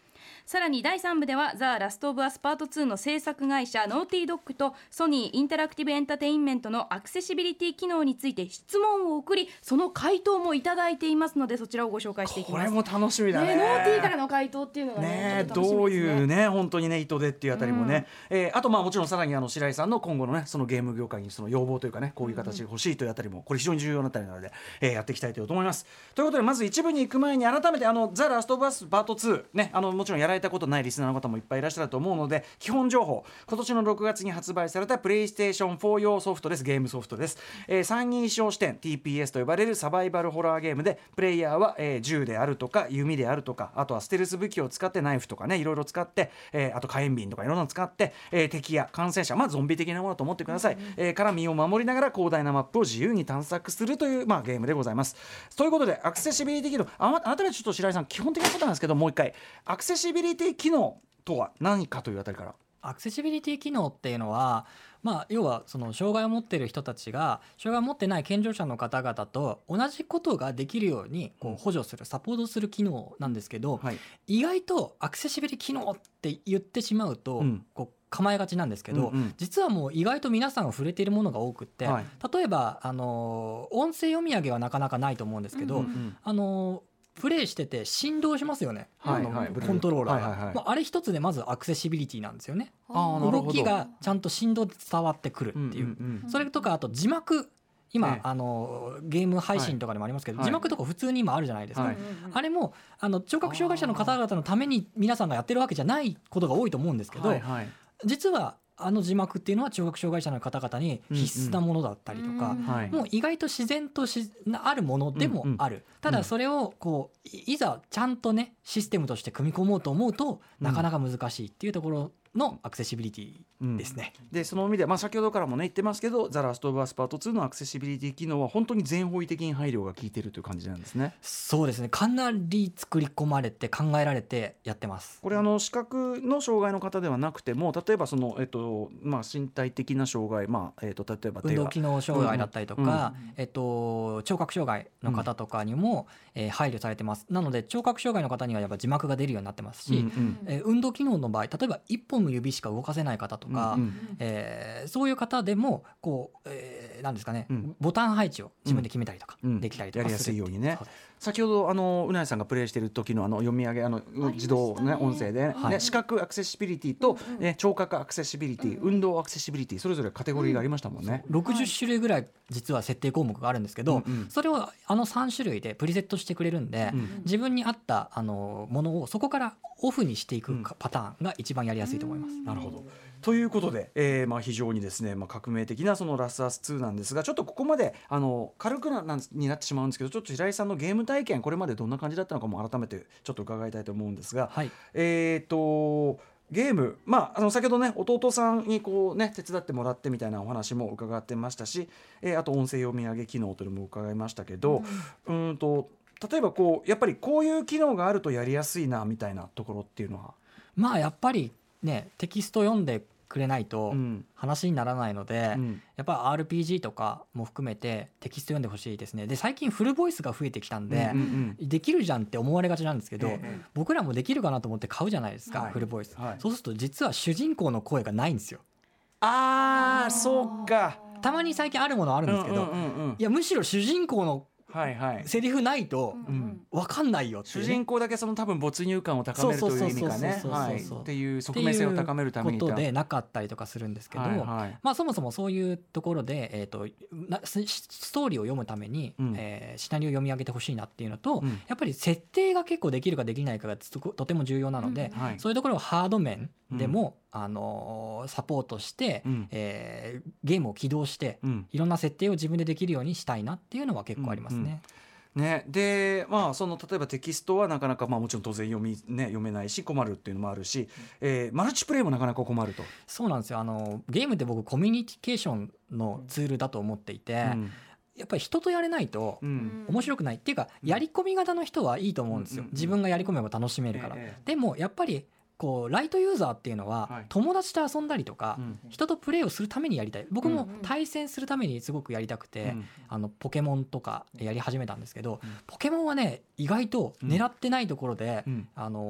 さらにだいさん部ではザ・ラストオブアスパートツーの制作会社ノーティードッグとソニーインタラクティブエンターテインメントのアクセシビリティ機能について質問を送り、その回答もいただいていますので、そちらをご紹介していきます。 これも楽しみだね。 ね、ノーティーからの回答っていうのが ね, ねちょっと楽しみですね。 どういうね本当にね意図でっていうあたりもね、うんえー、あとまあもちろんさらにあの白井さんの今後のねそのゲーム業界にその要望というかねこういう形が欲しいというあたりもこれ非常に重要なあたりなので、えー、やっていきたいと思います。ということでまず一部に行く前に改めてあのザ・ラストオブアスパートツーねあのもちろんやられたことないリスナーの方もいっぱいいらっしゃると思うので、基本情報今年のろくがつに発売されたプレイステーションフォー用ソフトです。ゲームソフトです、えー、三人称視点 ティーピーエス と呼ばれるサバイバルホラーゲームで、プレイヤーは、えー、銃であるとか弓であるとか、あとはステルス武器を使ってナイフとかねいろいろ使って、えー、あと火炎瓶とかいろんなの使って、えー、敵や感染者、まあゾンビ的なものと思ってください、うんうんえー、から身を守りながら広大なマップを自由に探索するという、まあ、ゲームでございます。ということでアクセシビリティ機能、あ改めてちょっと白井さん基本的なことなんですけど、もう一回アクセシビリティ機能とは何かというあたりから。 アクセシビリティ機能っていうのは、まあ、要はその障害を持っている人たちが障害を持ってない健常者の方々と同じことができるようにこう補助するサポートする機能なんですけど、はい、意外とアクセシビリティ機能って言ってしまうと、うん、こう構えがちなんですけど、うんうん、実はもう意外と皆さんが触れているものが多くって、はい、例えばあの音声読み上げはなかなかないと思うんですけど、うんうん、あのプレイしてて振動しますよね、はいはい、あのコントローラーが、はいはいはい、あれ一つでまずアクセシビリティなんですよね。あ動きがちゃんと振動で伝わってくるっていう、うんうんうん、それとかあと字幕今、ね、あのゲーム配信とかでもありますけど、はい、字幕とか普通に今あるじゃないですか、はい、あれもあの聴覚障害者の方々のために皆さんがやってるわけじゃないことが多いと思うんですけど、はいはい、実はあの字幕っていうのは聴覚障害者の方々に必須なものだったりとか、うんうん、もう意外と自然としあるものでもある、うんうん、ただそれをこういざちゃんとねシステムとして組み込もうと思うとなかなか難しいっていうところのアクセシビリティですね、 うん、でその意味で、まあ、先ほどからもね言ってますけどザ・ラストオブアスパートツーのアクセシビリティ機能は本当に全方位的に配慮が効いているという感じなんですね。 そうですね、かなり作り込まれて考えられてやってます。 これあの視覚の障害の方ではなくても例えばその、えっとまあ、身体的な障害、まあえっと、例えば手が運動機能障害だったりとか、うんえっと、聴覚障害の方とかにも、うんえー、配慮されてます。なので聴覚障害の方にはやっぱ字幕が出るようになってますし、うんうんえー、運動機能の場合例えば一本の指しか動かせない方とか、うんうんえー、そういう方でもこう、えー、なんですかね、うん、ボタン配置を自分で決めたりとかできたりとかする、うん、やりやすいようにね。先ほどあのうなやさんがプレイしている時のあの読み上げあの自動、ね、音声で、ねはい、視覚アクセシビリティと、うんうんね、聴覚アクセシビリティ、うんうん、運動アクセシビリティそれぞれカテゴリーがありましたもんね、 うん、ろくじゅっしゅるいぐらい実は設定項目があるんですけど、うんうん、それをあのさんしゅるいでプリセットしてくれるんで、うんうん、自分に合ったあのものをそこからオフにしていくパターンが一番やりやすいと思います、うん、 なるほど。ということで、えーまあ、非常にですね、まあ、革命的なそのラスアスツーなんですが、ちょっとここまであの軽くななんになってしまうんですけど、ちょっと平井さんのゲーム体験これまでどんな感じだったのかも改めてちょっと伺いたいと思うんですが、はい、えーとゲーム、まあ、あの先ほどね弟さんにこう、ね、手伝ってもらってみたいなお話も伺ってましたし、えー、あと音声読み上げ機能というのも伺いましたけど、うん、うんと例えばこうやっぱりこういう機能があるとやりやすいなみたいなところっていうのは、 まあやっぱりねテキスト読んでくれないと話にならないので、うん、やっぱ アールピージー とかも含めてテキスト読んでほしいですね。で最近フルボイスが増えてきたんで、うんうんうん、できるじゃんって思われがちなんですけど、ええ、僕らもできるかなと思って買うじゃないですか、はい、フルボイス、はい、そうすると実は主人公の声がないんですよ。 あーそうか。 たまに最近あるものあるんですけど、うんうんうんうん、いやむしろ主人公のはいはい、セリフないと分かんないよっていう、ね、 主人公だけその多分没入感を高めるという意味かねっていう側面性を高めるためにことでなかったりとかするんですけど、はいはい、まあ、そもそもそういうところで、えーと、ストーリーを読むために、うんえー、シナリオを読み上げてほしいなっていうのと、うん、やっぱり設定が結構できるかできないかがとても重要なので、うんはい、そういうところをハード面でも、うんあのー、サポートして、うんえー、ゲームを起動して、うん、いろんな設定を自分でできるようにしたいなっていうのは結構ありますね。うんうんね、でまあその例えばテキストはなかなか、まあ、もちろん当然読み、ね、読めないし困るっていうのもあるし、えー、マルチプレイもなかなか困ると。 そうなんですよ。あのゲームって僕コミュニケーションのツールだと思っていて、うんやっぱり人とやれないと面白くない、うん、っていうかやり込み型の人はいいと思うんですよ、うん、自分がやり込めば楽しめるから、ええ、でもやっぱりこうライトユーザーっていうのは友達と遊んだりとか、はい、人とプレイをするためにやりたい。僕も対戦するためにすごくやりたくて、うん、あのポケモンとかやり始めたんですけど、うん、ポケモンはね意外と狙ってないところで、うん、あの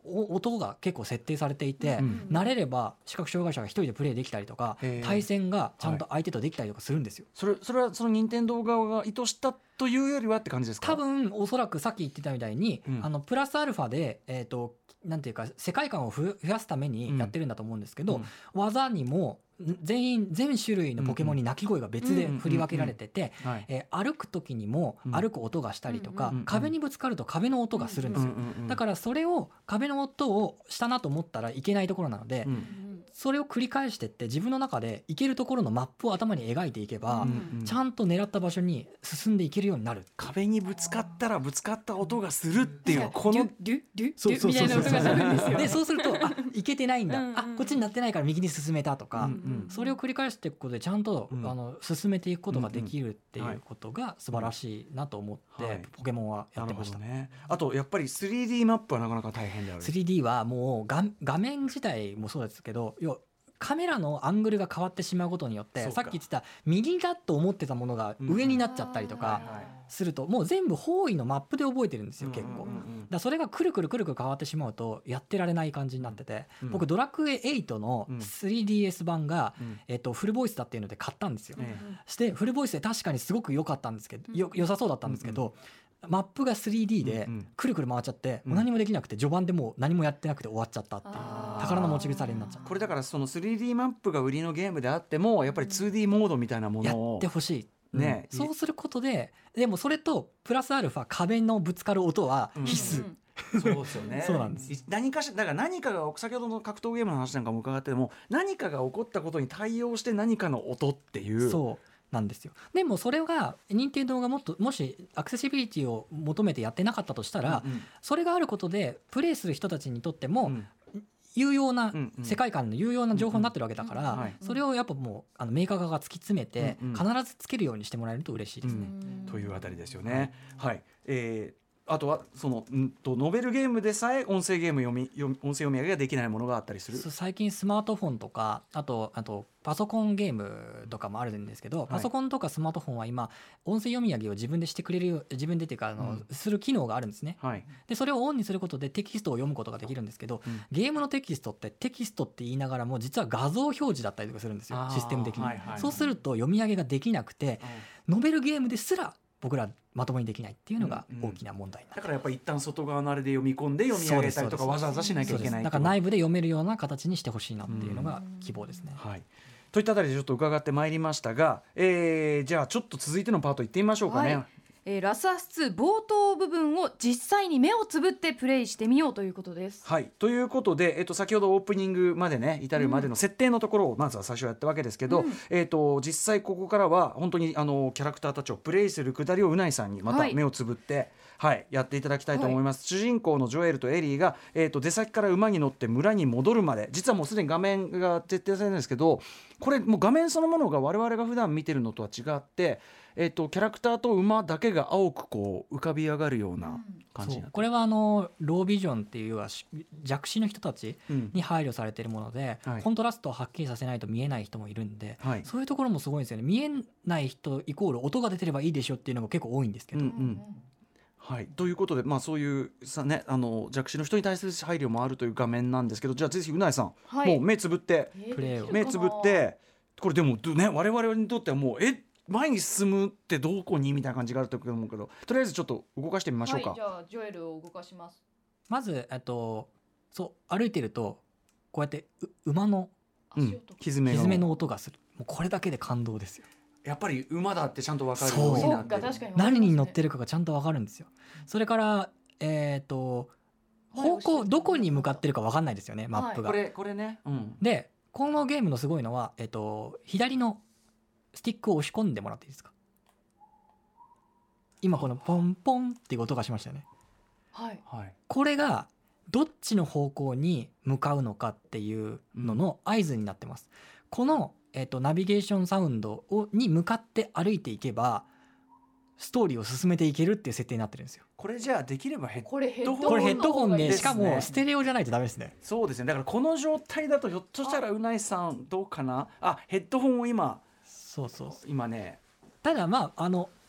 音が結構設定されていて、うん、慣れれば視覚障害者が一人でプレイできたりとか対戦がちゃんと相手とできたりとかするんですよ、 はい、それ、それはその任天堂側が意図したというよりはって感じですか？ 多分おそらくさっき言ってたみたいに、うん、あのプラスアルファで、えーと、なんていうか世界観を増やすためにやってるんだと思うんですけど、うん、技にも全員全種類のポケモンに鳴き声が別で振り分けられてて、歩く時にも歩く音がしたりとか、うん、壁にぶつかると壁の音がするんですよ、うん、だからそれを壁の音をしたなと思ったらいけないところなので、うん、それを繰り返してって自分の中で行けるところのマップを頭に描いていけば、うん、ちゃんと狙った場所に進んでいけるようになる。 壁にぶつかったらぶつかった音がするっていう、このデュデュデュデュみたいな音がするんですよ。 でそうするとあ行けてないんだ、うん、あこっちになってないから右に進めたとか、うん、それを繰り返していくことでちゃんと、うん、あの進めていくことができるっていうことが素晴らしいなと思って、はい、ポケモンはやってました、 ね、あとやっぱり スリーディー マップはなかなか大変である。 スリーディー はもう 画, 画面自体もそうですけど、要はカメラのアングルが変わってしまうことによってさっき言ってた右だと思ってたものが上になっちゃったりとかすると、もう全部方位のマップで覚えてるんですよ結構。だそれがくるくるくるくる変わってしまうとやってられない感じになってて、僕ドラクエエイトの スリーディーエス 版がえっとフルボイスだっていうので買ったんですよ。してフルボイスで確かにすごく良かったんですけど、よ良さそうだったんですけど、マップが スリーディー でくるくる回っちゃって、うん、何もできなくて序盤でもう何もやってなくて終わっちゃったっていう宝の持ち腐れになっちゃう。 これだからその スリーディー マップが売りのゲームであってもやっぱり ツーディー モードみたいなものをやってほしい、ね、うん、そうすることで、でもそれとプラスアルファ壁のぶつかる音は必須、うんうん、そうですよね。 そうなんです。 何かしだから何かが先ほどの格闘ゲームの話なんかも伺っても何かが起こったことに対応して何かの音っていう。 そうなんですよ。でもそれが任天堂がもっともしアクセシビリティを求めてやってなかったとしたら、うんうん、それがあることでプレイする人たちにとっても、うん有用な世界観の有用な情報になってるわけだから、それをやっぱもうあのメーカー側が突き詰めて必ずつけるようにしてもらえると嬉しいですね、 うん、というあたりですよね。はい、はい、えーあとはそのんとノベルゲームでさえ音声ゲーム読み音声読み上げができないものがあったりする。 最近スマートフォンとかあとあとパソコンゲームとかもあるんですけど、はい、パソコンとかスマートフォンは今音声読み上げを自分でしてくれる自分でっていうかあの、うん、する機能があるんですね、はい、でそれをオンにすることでテキストを読むことができるんですけど、うん、ゲームのテキストってテキストって言いながらも実は画像表示だったりとかするんですよシステム的に、はいはいはい、そうすると読み上げができなくて、うん、ノベルゲームですら僕らまともにできないっていうのが大きな問題になる、 うんうん、だからやっぱり一旦外側のあれで読み込んで読み上げたりとかわざわざしなきゃいけない。 だから内部で読めるような形にしてほしいなっていうのが希望ですね、 うんはい、といったあたりでちょっと伺ってまいりましたが、えー、じゃあちょっと続いてのパートいってみましょうかね、はいえー、ラスアスツ冒頭部分を実際に目をつぶってプレイしてみようということです。 はいということで、えっと、先ほどオープニングまでね至るまでの設定のところをまずは最初やったわけですけど、うんえっと、実際ここからは本当にあのキャラクターたちをプレイするくだりをうないさんにまた目をつぶって、はいはい、やっていただきたいと思います、はい、主人公のジョエルとエリーが、えー、と出先から馬に乗って村に戻るまで実はもうすでに画面が徹底されてるんですけど、これもう画面そのものが我々が普段見てるのとは違って、えー、とキャラクターと馬だけが青くこう浮かび上がるような感じになって、うん、 これはあのロービジョンっていう弱視の人たちに配慮されているもので、うんはい、コントラストをはっきりさせないと見えない人もいるんで、はい、そういうところもすごいんですよね。見えない人イコール音が出てればいいでしょっていうのが結構多いんですけど、うんうんはい、ということで、まあ、そういうさ、ね、あの弱視の人に対する配慮もあるという画面なんですけど、じゃあぜひうないさん、はい、もう目つぶってプレイを目つぶってこれでもね我々にとってはもうえ前に進むってどこにみたいな感じがあると思うけど、とりあえずちょっと動かしてみましょうか。 はい、じゃあジョエルを動かします。 まず、えっと、そう歩いてるとこうやって馬の、 うん、ひずめの、 ひずめの音がする。もうこれだけで感動ですよ。 やっぱり馬だってちゃんと分かるようになってる。 そうか、 何に乗ってるかがちゃんと分かるんですよ。それからえっと方向どこに向かってるか分かんないですよねマップが、 はい、これこれね、うん、 でこのゲームのすごいのは、えっと、左のスティックを押し込んでもらっていいですか。今このポンポンっていう音がしましたよね。 はい、 これがどっちの方向に向かうのかっていうのの合図になってます、うん、このえー、とナビゲーションサウンドをに向かって歩いていけばストーリーを進めていけるっていう設定になってるんですよ。 これじゃあできればヘッドホン、 これヘッドホンこれヘッドホンで、しかもステレオじゃないとダメですね。 そうですね。だからこの状態だとひょっとしたらうないさんどうかなあ、ヘッドホンを今そうそうそう今ねただまああの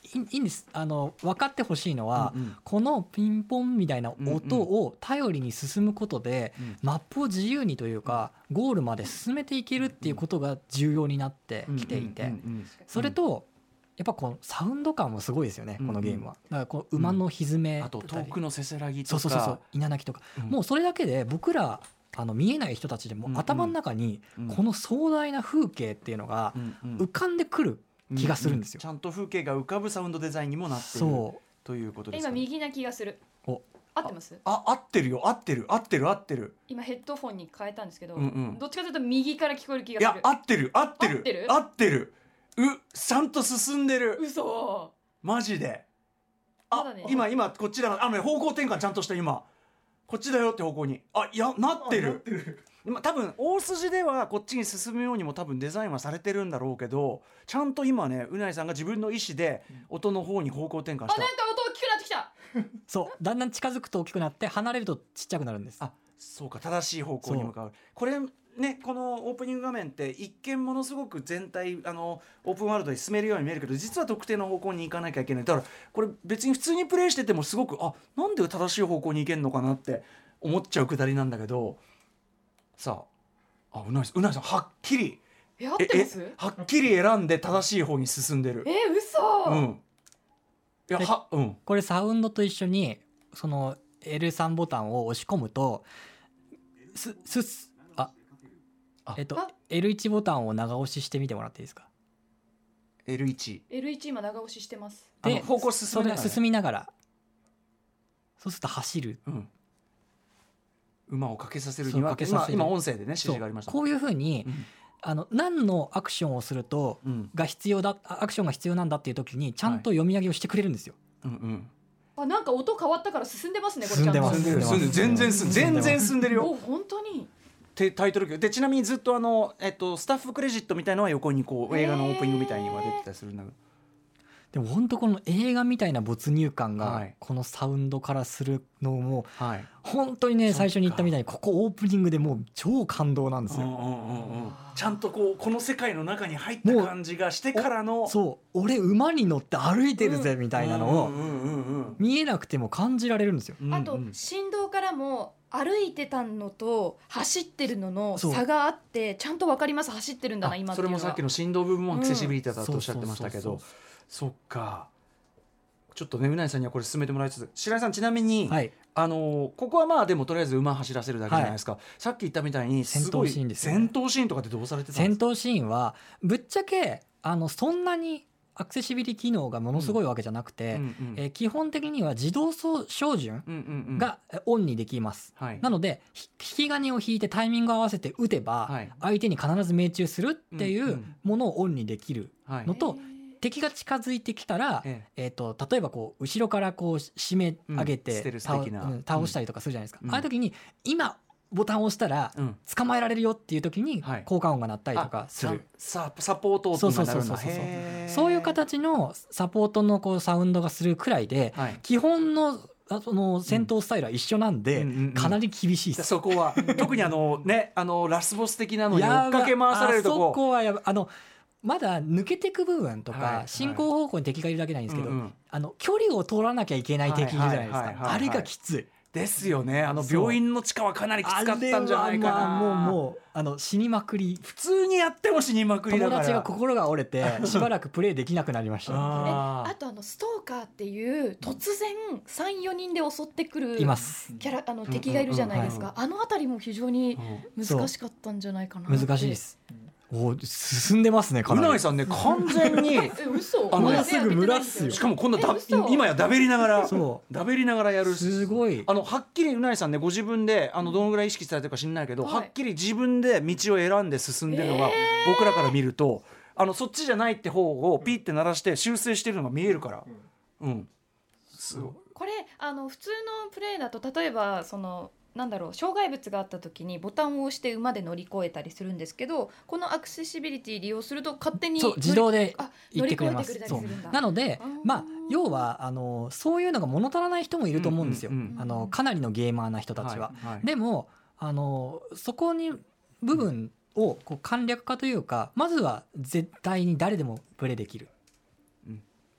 いいいんです。あの分かってほしいのは、 うんうん、 このピンポンみたいな音を頼りに進むことで、うんうん、マップを自由にというかゴールまで進めていけるっていうことが重要になってきていて、それとやっぱこのサウンド感もすごいですよね、このゲームは。だからこう馬の蹄め、うん、 あと遠くのせせらぎとか、 そうそうそう稲鳴きとか、うん、もうそれだけで僕らあの見えない人たちでも頭の中にこの壮大な風景っていうのが浮かんでくる気がするんですよ、 うんうん、ちゃんと風景が浮かぶサウンドデザインにもなっているということですか、 ね、今右な気がする。お合ってます？ あ、合ってるよ、合ってる合ってる合ってる。 今ヘッドフォンに変えたんですけど、 うんうん、 どっちかというと右から聞こえる気がする。 いや合ってる合ってる合ってる合ってるうちゃんと進んでる。 嘘マジで。あ、まだね、今今こっちだあの、ね、方向転換ちゃんとした。今こっちだよって方向にあいやなってる。今多分大筋ではこっちに進むようにも多分デザインはされてるんだろうけど、ちゃんと今ねうないさんが自分の意思で音の方に方向転換した。 あ、なんか音大きくなってきた。 そうだんだん近づくと大きくなって離れるとちっちゃくなるんです。 あ、そうか、正しい方向に向かう。これね、このオープニング画面って一見ものすごく全体あのオープンワールドに進めるように見えるけど、実は特定の方向に行かなきゃいけない。だからこれ別に普通にプレイしててもすごくあなんで正しい方向に行けんのかなって思っちゃうくだりなんだけど、さあ、あうないさんうないさんはっきりえ合ってます？ はっきり選んで正しい方に進んでる。 え嘘、 うん、いやは、うん、 これサウンドと一緒にその エルスリー ボタンを押し込むとすすあえっと エルワン ボタンを長押ししてみてもらっていいですか。 エルワンエルワン 今長押ししてます。 で方向進みながら、 進みながらそうすると走る、うん、 馬をかけさせるには今, 今音声でね指示がありました。 こういうふうに、うん、あの何のアクションをすると、うん、が必要だアクションが必要なんだっていう時にちゃんと読み上げをしてくれるんですよ、 はい、うんうん、 あなんか音変わったから進んでますね。これ進んでます。 全然進ん全然進んでるよ。 お本当にってタイトル曲で、ちなみにずっとあの、えっと、スタッフクレジットみたいのは横にこう映画のオープニングみたいには出てたりするんだけど、 でも本当この映画みたいな没入感がこのサウンドからするのも本当にね、最初に言ったみたいにここオープニングでもう超感動なんですよ、うんうんうんうん、 ちゃんとこうこの世界の中に入った感じがしてからの、 そう俺馬に乗って歩いてるぜみたいなのを見えなくても感じられるんですよ。 あと振動からも歩いてたのと走ってるのの差があってちゃんと分かります。走ってるんだな今っていうのは。 それもさっきの振動部分もアクセシビリティだとおっしゃってましたけど、そっか。ちょっとねうないさんにはこれ進めてもらいつつ、白井さんちなみに、はい、あのここはまあでもとりあえず馬走らせるだけじゃないですか、はい、さっき言ったみたいにすごい戦闘シーンですね。 戦闘シーンとかってどうされてたんですか。 戦闘シーンはぶっちゃけあのそんなにアクセシビリティ機能がものすごいわけじゃなくて、うんうんうん、えー、基本的には自動照準がオンにできます、うんうんうん、なので引き金を引いてタイミングを合わせて撃てば、はい、相手に必ず命中するっていうものをオンにできるのと、うんうん、はい、敵が近づいてきたら、えええー、と例えばこう後ろからこう締め上げて、うん、倒, 倒したりとかするじゃないですか、うん、ああいう時に今ボタンを押したら捕まえられるよっていう時に効果音が鳴ったりとかする、はい、 サポート音が鳴るんだ。 そういう形のサポートのこうサウンドがするくらいで、はい、基本のその戦闘スタイルは一緒なんで、うんうんうん、かなり厳しいです。 そこは特にあの、ね、あのラスボス的なのに追っかけ回されるとこ、 そこはやばあのまだ抜けていく部分とか、はい、進行方向に敵がいるだけなんですけど、うんうん、あの距離を通らなきゃいけない敵いるじゃないですか。あれがきついですよね。あの病院の地下はかなりきつかったんじゃないかな。 もうもうあの死にまくり、 普通にやっても死にまくりだから友達が心が折れてしばらくプレイできなくなりましたあ, あとあのストーカーっていう突然 さん,よ 人で襲ってくるキいますャラあの敵がいるじゃないですか、うんうんうん、あのあたりも非常に難しかったんじゃないかな。 難しいです。お進んでますね。かなりうないさんね完全にあの、ね、すぐ村っすよ。 しかもこんなだ今やだべりながらだべりながらやる。 すごいあのはっきりうないさんねご自分であのどのぐらい意識されてるか知んないけど、はい、はっきり自分で道を選んで進んでるのが、えー、僕らから見るとあのそっちじゃないって方をピッて鳴らして修正してるのが見えるから、うん、すごい。 これあの普通のプレイだと例えばそのなんだろう障害物があった時にボタンを押して馬で乗り越えたりするんですけど、このアクセシビリティ利用すると勝手にそう自動で行ってくれます。そうなのでまあ要はあのそういうのが物足らない人もいると思うんですよ、うんうんうん、あのかなりのゲーマーな人たちは、はいはい、でもあのそこに部分をこう簡略化というか、まずは絶対に誰でもプレイできる、 うん、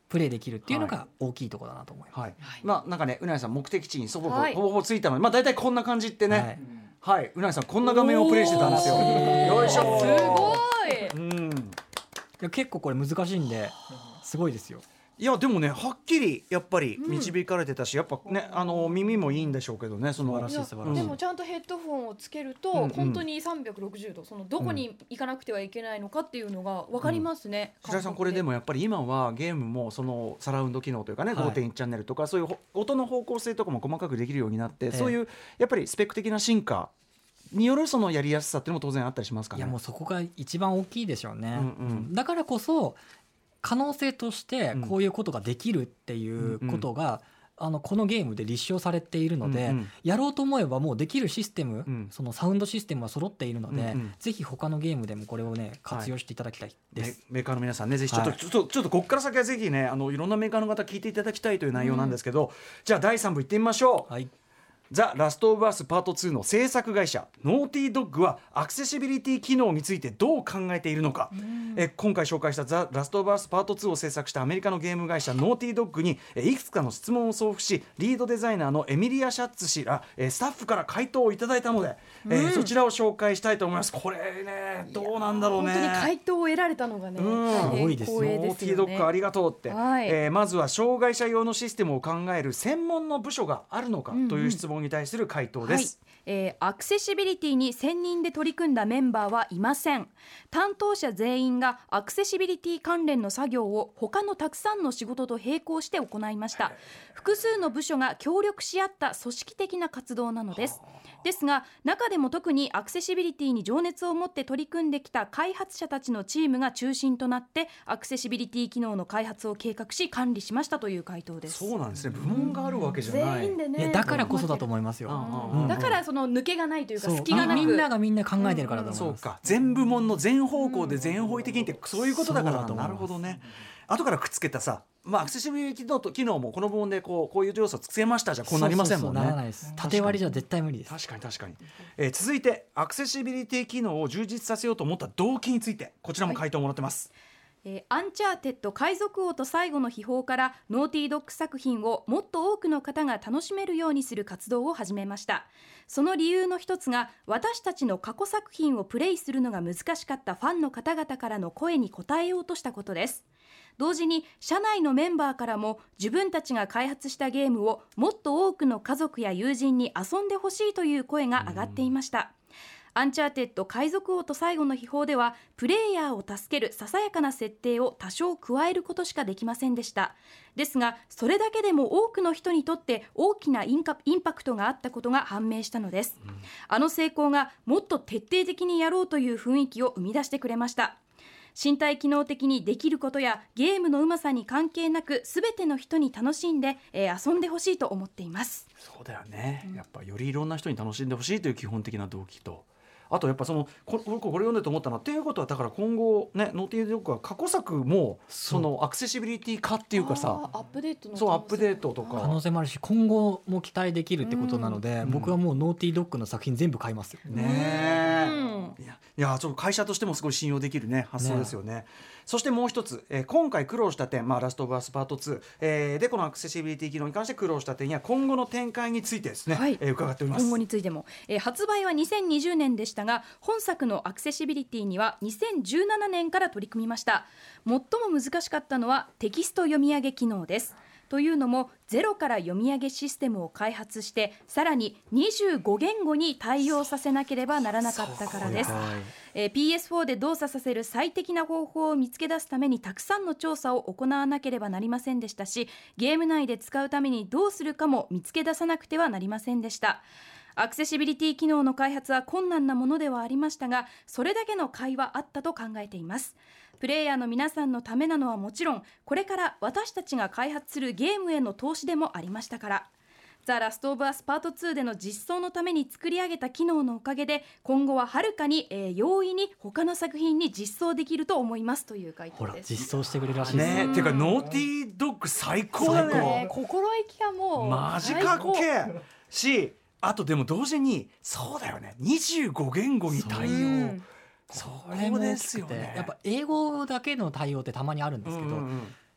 プレイできるっていうのが大きいところだなと思います、 はい、まあなんかねうなぎさん目的地にそぼほぼ、 はい、 ほぼほぼついたので、まあ大体こんな感じってね、はい、はい、うなぎさんこんな画面をプレイしてたんですよ。よいしょ。 すごい、 うん、いや結構これ難しいんですごいですよ。 いやでもねはっきりやっぱり導かれてたし、うん、やっぱねあの耳もいいんでしょうけどね、その素晴らしい素晴らしい。 でもちゃんとヘッドフォンをつけると、うんうん、本当にさんびゃくろくじゅうどそのどこに行かなくてはいけないのかっていうのが分かりますね、 うん、白井さんこれでもやっぱり今はゲームもそのサラウンド機能というかね、はい、ごてんいちチャンネルとかそういう音の方向性とかも細かくできるようになって、ええ、そういうやっぱりスペック的な進化によるそのやりやすさっていうのも当然あったりしますかね。 いやもうそこが一番大きいでしょうね、 うんうん、 だからこそ可能性としてこういうことができるっていうことが、うん、あのこのゲームで立証されているので、うんうん、やろうと思えばもうできるシステム、うん、そのサウンドシステムは揃っているので、うんうん、ぜひ他のゲームでもこれをね活用していただきたいです、はい、 メーカーの皆さんねぜひちょっと、はい、ちょっとちょっとここから先はぜひねあのいろんなメーカーの方聞いていただきたいという内容なんですけど、うん、じゃあだいさん部いってみましょう。はい、ザ・ラストオブアスパートツーの制作会社ノーティードッグはアクセシビリティ機能についてどう考えているのか、え今回紹介したザ・ラストオブアスパートツーを制作したアメリカのゲーム会社ノーティードッグにえいくつかの質問を送付し、リードデザイナーのエミリア・シャッツ氏らえスタッフから回答をいただいたので、うんえー、そちらを紹介したいと思います。これねどうなんだろうね、 本当に回答を得られたのがね、うん、 多いですよね。 ノーティードッグありがとうって、はいえー、まずは障害者用のシステムを考える専門の部署があるのかという質問に対する回答です、 はいえー、アクセシビリティに専任で取り組んだメンバーはいません。担当者全員がアクセシビリティ関連の作業を他のたくさんの仕事と並行して行いました。複数の部署が協力し合った組織的な活動なのです。ですが中でも特にアクセシビリティに情熱を持って取り組んできた開発者たちのチームが中心となってアクセシビリティ機能の開発を計画し管理しましたという回答です。 そうなんですね、部門があるわけじゃない、 全員でね、 いやだからこそだと思いますよ、 うんうん、だからその抜けがないというか隙がなくみんながみんな考えてるからだと思います、 そうか全部門の全方向で全方位的にってそういうことだからなるほどね。後からくっつけたさ、まあ、アクセシビリティの機能もこの部門でこう、こういう要素をつけましたじゃこうなりませんもんね。 そうそうそうならないです。縦割りじゃ絶対無理です。 確かに確かに、えー、続いてアクセシビリティ機能を充実させようと思った動機についてこちらも回答をもらってます、 はいえー、アンチャーテッド海賊王と最後の秘宝からノーティードッグ作品をもっと多くの方が楽しめるようにする活動を始めました。その理由の一つが私たちの過去作品をプレイするのが難しかったファンの方々からの声に応えようとしたことです。同時に社内のメンバーからも自分たちが開発したゲームをもっと多くの家族や友人に遊んでほしいという声が上がっていました。アンチャーテッド海賊王と最後の秘宝ではプレイヤーを助けるささやかな設定を多少加えることしかできませんでした。ですがそれだけでも多くの人にとって大きなインカインパクトがあったことが判明したのです、うん、あの成功がもっと徹底的にやろうという雰囲気を生み出してくれました。身体機能的にできることやゲームのうまさに関係なく全ての人に楽しんで、えー、遊んでほしいと思っています。 そうだよね、やっぱよりいろんな人に楽しんでほしいという基本的な動機と、あとやっぱそのここれ読んでと思ったのはっていうことはだから今後ねノーティードッグは過去作もそのアクセシビリティ化っていうかさアップデートのそうアップデートとか可能性もあるし今後も期待できるってことなので、うん、僕はもうノーティードッグの作品全部買いますよね、うん、いやいやちょっと会社としてもすごい信用できるね発想ですよ ね, ねそしてもう一つ、えー、今回苦労した点、まあ、ラストオブアスパートツー、えー、でこのアクセシビリティ機能に関して苦労した点や今後の展開についてですね、はいえー、伺っております。 今後についても、えー、発売はにせんにじゅうねんでしたが本作のアクセシビリティにはにせんじゅうななねんから取り組みました。最も難しかったのはテキスト読み上げ機能です。というのもゼロから読み上げシステムを開発してさらににじゅうご言語に対応させなければならなかったからです。えー、ピーエスフォー で動作させる最適な方法を見つけ出すためにたくさんの調査を行わなければなりませんでしたしゲーム内で使うためにどうするかも見つけ出さなくてはなりませんでした。アクセシビリティ機能の開発は困難なものではありましたがそれだけの甲斐はあったと考えています。プレイヤーの皆さんのためなのはもちろんこれから私たちが開発するゲームへの投資でもありましたから。ザ・ラストオブアスパートツーでの実装のために作り上げた機能のおかげで今後ははるかに、えー、容易に他の作品に実装できると思いますという回答です。 ほら実装してくれるらしいですね。っていうかノーティードッグ最高だね。 心意気がもうマジかっけえしあとでも同時にそうだよねにじゅうご言語に対応そこれもですよね。やっぱ英語だけの対応ってたまにあるんですけど、うんうんうん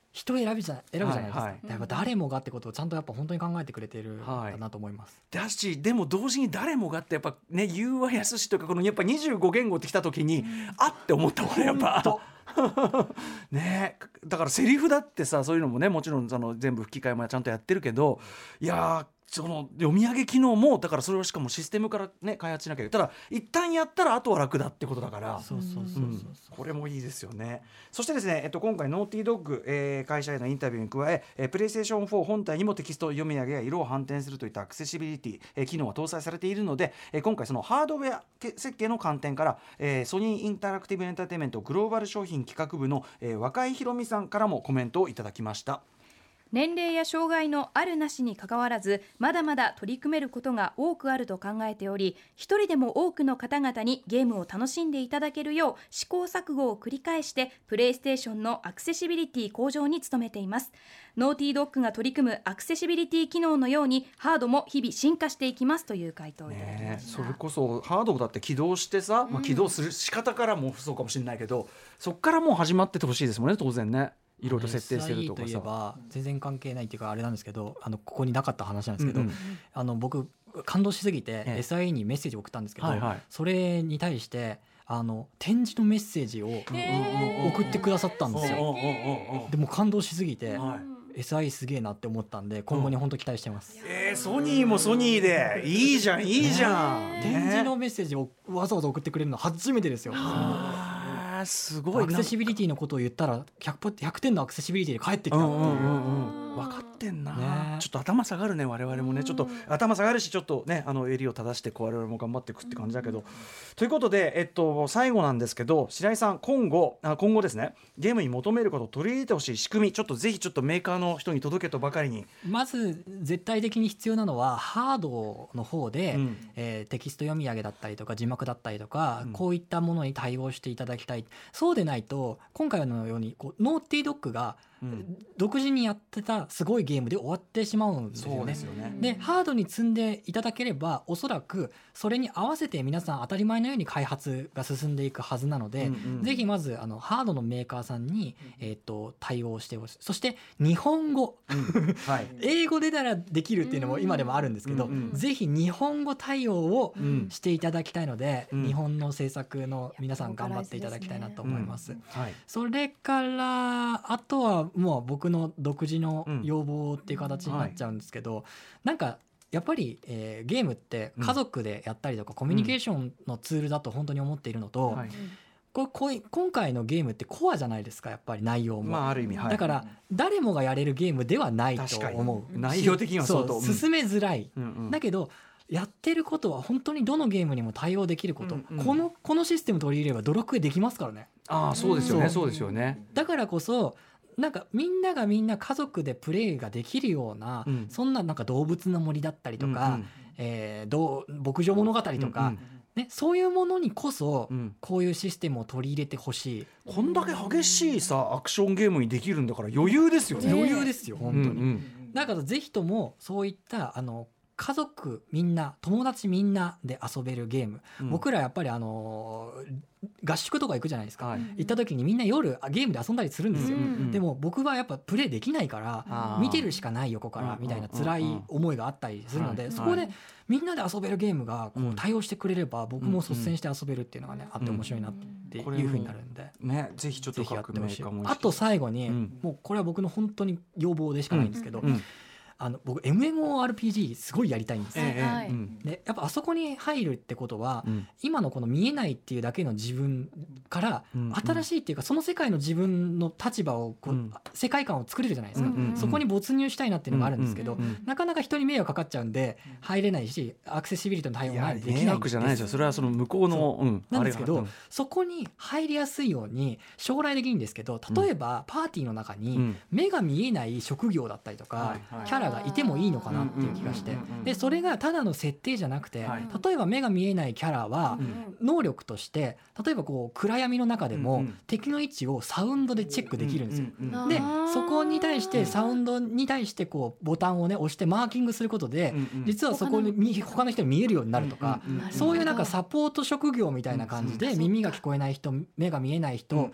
人選びじゃ選ぶじゃないですか、 はいはい、 やっぱ誰もがってことをちゃんとやっぱ本当に考えてくれてるんだなと思います、 はい、だしでも同時に誰もがってやっぱね言うはやすしとかこのやっぱにじゅうご言語ってきた時に、うん、あって思ったもんやっぱね、だからセリフだってさそういうのもねもちろんその全部吹き替えもちゃんとやってるけどいやその読み上げ機能もだからそれをしかもシステムからね開発しなきゃいけないただ一旦やったらあとは楽だってことだからそうそうそうそう、うん、 これもいいですよね。そしてですね、えっと、今回ノーティードッグ、えー、会社へのインタビューに加ええー、プレイステーションフォー本体にもテキスト読み上げや色を反転するといったアクセシビリティ、えー、機能が搭載されているので、えー、今回そのハードウェア設計の観点から、えー、ソニーインタラクティブエンターテインメントグローバル商品企画部の、えー、若井宏美さんからもコメントをいただきました。 年齢や障害のあるなしにかかわらずまだまだ取り組めることが多くあると考えており一人でも多くの方々にゲームを楽しんでいただけるよう試行錯誤を繰り返してプレイステーションのアクセシビリティ向上に努めています。ノーティードッグが取り組むアクセシビリティ機能のようにハードも日々進化していきますという回答をいただきました、 ね、それこそハードだって起動してさ、うんまあ、起動する仕方からもそうかもしれないけどそっからもう始まっててほしいですもんね当然ねいろいろ設定してるとかさ。 エスアイ といえば全然関係ないっていうかあれなんですけどあのここになかった話なんですけど、うんうん、あの僕感動しすぎて エスアイ にメッセージを送ったんですけど、はいはい、それに対してあの展示のメッセージを送ってくださったんですよ。でも感動しすぎて、はい、エスアイ すげえなって思ったんで今後に本当期待してます、 うんえー、ソニーもソニーでいいじゃんいいじゃん、 ね、展示のメッセージをわざわざ送ってくれるの初めてですよ。 すごいアクセシビリティのことを言ったら ひゃく, ひゃくてんのアクセシビリティで返ってきたっていう、うんうんうん、分かってんな、ね、ちょっと頭下がるね我々もねちょっと頭下がるしちょっとねあの襟を正してこう我々も頑張っていくって感じだけど、うん、ということで、えっと、最後なんですけど白井さん今後あ今後ですねゲームに求めることを取り入れてほしい仕組みちょっとぜひちょっとメーカーの人に届けとばかりにまず絶対的に必要なのはハードの方で、うんえー、テキスト読み上げだったりとか字幕だったりとか、うん、こういったものに対応していただきたい。そうでないと今回のようにこうノーティードッグが独自にやってたすごいゲームで終わってしまうんですよね。そうですよね。でハードに積んでいただければおそらくそれに合わせて皆さん当たり前のように開発が進んでいくはずなので、うんうん、ぜひまずあのハードのメーカーさんに、えー、と対応してほしい。そして日本語、うんはい、英語でならできるっていうのも今でもあるんですけど、うんうん、ぜひ日本語対応をしていただきたいので、うん、日本の制作の皆さん頑張っていただきたいなと思います、うんはい、それからあとはもう僕の独自の要望っていう形になっちゃうんですけど、うんはい、なんかやっぱり、えー、ゲームって家族でやったりとか、うん、コミュニケーションのツールだと本当に思っているのと、うんはいこれこい今回のゲームってコアじゃないですかやっぱり内容も、 まあ、ある意味、はい、 だから誰もがやれるゲームではないと思う。 内容的にはそうとそう進めづらい、うんうん、だけどやってることは本当にどのゲームにも対応できること、うんうん、このこのシステム取り入れればドラクエできますからね。 ああそうですよね、うん、そうですよね。 だからこそなんかみんながみんな家族でプレイができるような、うん、そんななんか動物の森だったりとか、うんうんえー、どう牧場物語とか、うんうんね、そういうものにこそ、うん、こういうシステムを取り入れてほしい。 こんだけ激しいさアクションゲームにできるんだから余裕ですよね。 余裕ですよ本当に、うんうん、だからぜひともそういったあの家族みんな友達みんなで遊べるゲーム、うん、僕らやっぱりあの合宿とか行くじゃないですか、はい、行った時にみんな夜ゲームで遊んだりするんですよ、うんうん、でも僕はやっぱプレイできないから見てるしかない横からみたいな辛い思いがあったりするので、そこでみんなで遊べるゲームがこう対応してくれれば僕も率先して遊べるっていうのがねあって面白いなっていう風になるんで、 ね、ぜひちょっとやってほしい。 あと最後に、うん、もうこれは僕の本当に要望でしかないんですけど、うんうんあの僕 エムエムオーアールピージー すごいやりたいんですよ、ええうん、でやっぱあそこに入るってことは、うん、今のこの見えないっていうだけの自分から、うん、新しいっていうかその世界の自分の立場をこう、うん、世界観を作れるじゃないですか、うんうんうん、そこに没入したいなっていうのがあるんですけど、うんうんうん、なかなか人に迷惑かかっちゃうんで入れないしアクセシビリティの対応ができないんです。 迷惑じゃないですよ。それはその向こうの、うん、 なんですけど、うん、そこに入りやすいように将来的にですけど例えばパーティーの中に目が見えない職業だったりとか、うん、キャラがいてもいいのかなっていう気がして、でそれがただの設定じゃなくて、はい、例えば目が見えないキャラは能力として例えばこう暗闇の中でも敵の位置をサウンドでチェックできるんですよ。でそこに対してサウンドに対してこうボタンをね押してマーキングすることで実はそこに他の人に見えるようになるとか、そういうなんかサポート職業みたいな感じで耳が聞こえない人目が見えない人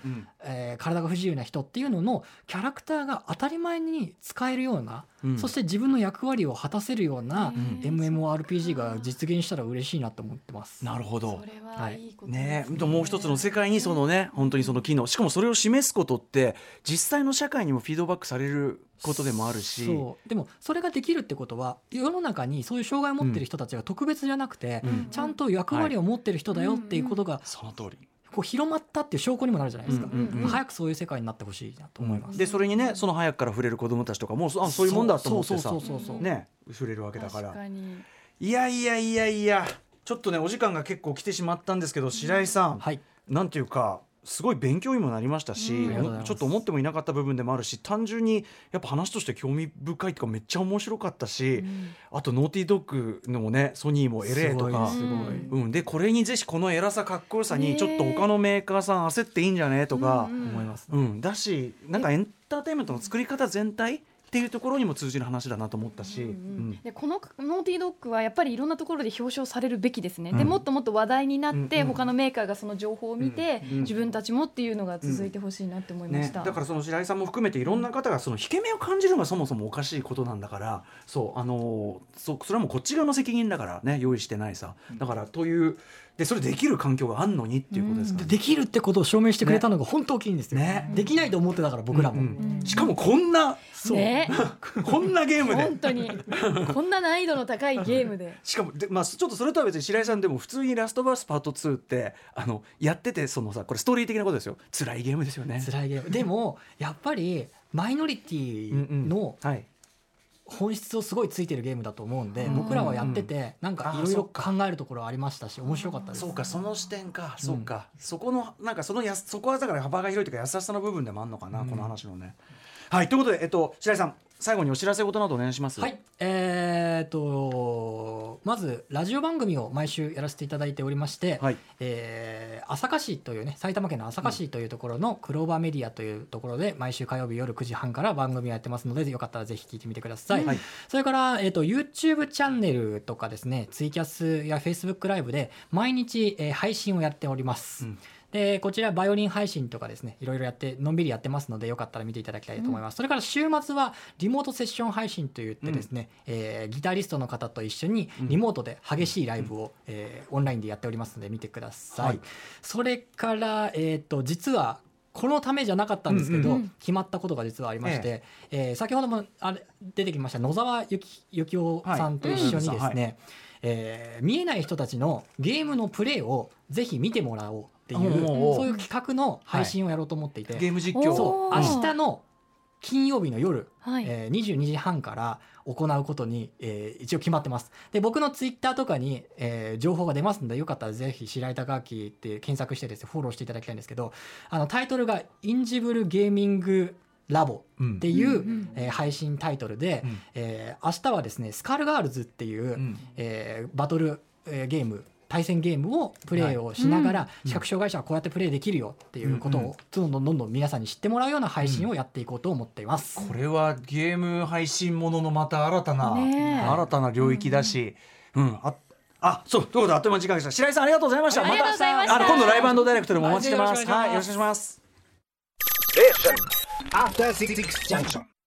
えー、体が不自由な人っていうののキャラクターが当たり前に使えるような、うん、そして自分の役割を果たせるような エムエムオーアールピージー が実現したら嬉しいなと思ってます。 なるほど。 それはいいことですね。 ね、もう一つの世界にそのね本当にその機能、しかもそれを示すことって実際の社会にもフィードバックされることでもあるし、 そうでもそれができるってことは世の中にそういう障害を持ってる人たちが特別じゃなくて、うん、ちゃんと役割を持ってる人だよっていうことが、 はい、その通りこう広まったっていう証拠にもなるじゃないですか、うんうんうん、早くそういう世界になってほしいなと思います、うん、 でそれにねその早くから触れる子どもたちとかもあそういうもんだと思ってさね触れるわけだから、 確かに。 いやいやいやいやちょっとねお時間が結構来てしまったんですけど、白井さん、 うん、はい、 なんていうかすごい勉強にもなりましたし、うん、ちょっと思ってもいなかった部分でもあるし、単純にやっぱ話として興味深いとかめっちゃ面白かったし、うん、あとノーティードッグのもねソニーもエレーとか、 すごい、 うん、でこれにぜひこの偉さかっこよさにちょっと他のメーカーさん焦っていいんじゃねとか思います、 うんうん、だしなんかエンターテインメントの作り方全体っていうところにも通じる話だなと思ったし、うんうん、 でこのノーティードッグはやっぱりいろんなところで表彰されるべきですね、うん、でもっともっと話題になって、うんうん、他のメーカーがその情報を見て、うんうん、自分たちもっていうのが続いてほしいなって思いました、 うんね、だからその白井さんも含めていろんな方がその引け目を感じるのがそもそもおかしいことなんだから、そうあのそ, それはもうこっち側の責任だからね、用意してないさだからというでそれできる環境があんのにっていうことですから、ね、 で, できるってことを証明してくれたのが本当大きいんですよ、ね、できないと思ってたから僕らも、 うんうん、しかもこんなそう、ね、 こんなゲームで本当にこんな難易度の高いゲームでしかもで、まあ、ちょっとそれとは別に白井さんでも普通にラストバースパートツーってあのやっててそのさこれストーリー的なことですよ、辛いゲームですよね、 辛いゲームでもやっぱりマイノリティの、うんうん、はい本質をすごいついてるゲームだと思うんで、僕らはやっててなんかいろいろ考えるところはありましたし面白かったです。 そうかその視点か、うん、そうかそこのなんかそのやそこはだから幅が広いというか優しさの部分でもあるのかな、うん、この話のね。はいということで、えっと、白井さん最後にお知らせ事などお願いします。 はい、えー、とまずラジオ番組を毎週やらせていただいておりまして、はい、えー、朝霞市というね埼玉県の朝霞市というところのクローバーメディアというところで毎週火曜日夜くじはんから番組をやってますのでよかったらぜひ聞いてみてください、うん、それから、えー、と YouTube チャンネルとかですねツイキャスや Facebook ライブで毎日、えー、配信をやっております、うん、でこちらバイオリン配信とかですねいろいろやってのんびりやってますのでよかったら見ていただきたいと思います、うん、それから週末はリモートセッション配信といってですね、うん、えー、ギタリストの方と一緒にリモートで激しいライブを、うん、えー、オンラインでやっておりますので見てください、はい、それから、えー、と実はこのためじゃなかったんですけど、うんうん、決まったことが実はありまして、えええー、先ほどもあれ出てきました野沢ゆきゆきおさんと一緒にですね、はいうんはい、えー、見えない人たちのゲームのプレイをぜひ見てもらおうっていうそういう企画の配信をやろうと思っていて、 はい、ゲーム実況そう明日の金曜日の夜、はい、えー、にじゅうにじはんから行うことに、えー、一応決まってます。で僕のツイッターとかに、えー、情報が出ますのでよかったらぜひ白井貴明って検索してですねフォローしていただきたいんですけど、あのタイトルがインジブルゲーミングラボっていう、うん、えー、配信タイトルで、うん、えー、明日はですねスカルガールズっていう、うん、えー、バトル、えー、ゲーム対戦ゲームをプレイをしながら、はい、視覚障害者はこうやってプレイできるよっていうことをどんどんどんどん皆さんに知ってもらうような配信をやっていこうと思っています、 うん、これはゲーム配信もののまた新たな、ね、新たな領域だし、うんうん、ああそうということであっという間に時間が来ました。白井さんありがとうございました。 ありがとうございました。 またあの今度ライブダイレクトでもお待ちしてます。はい、よろしくお願いします。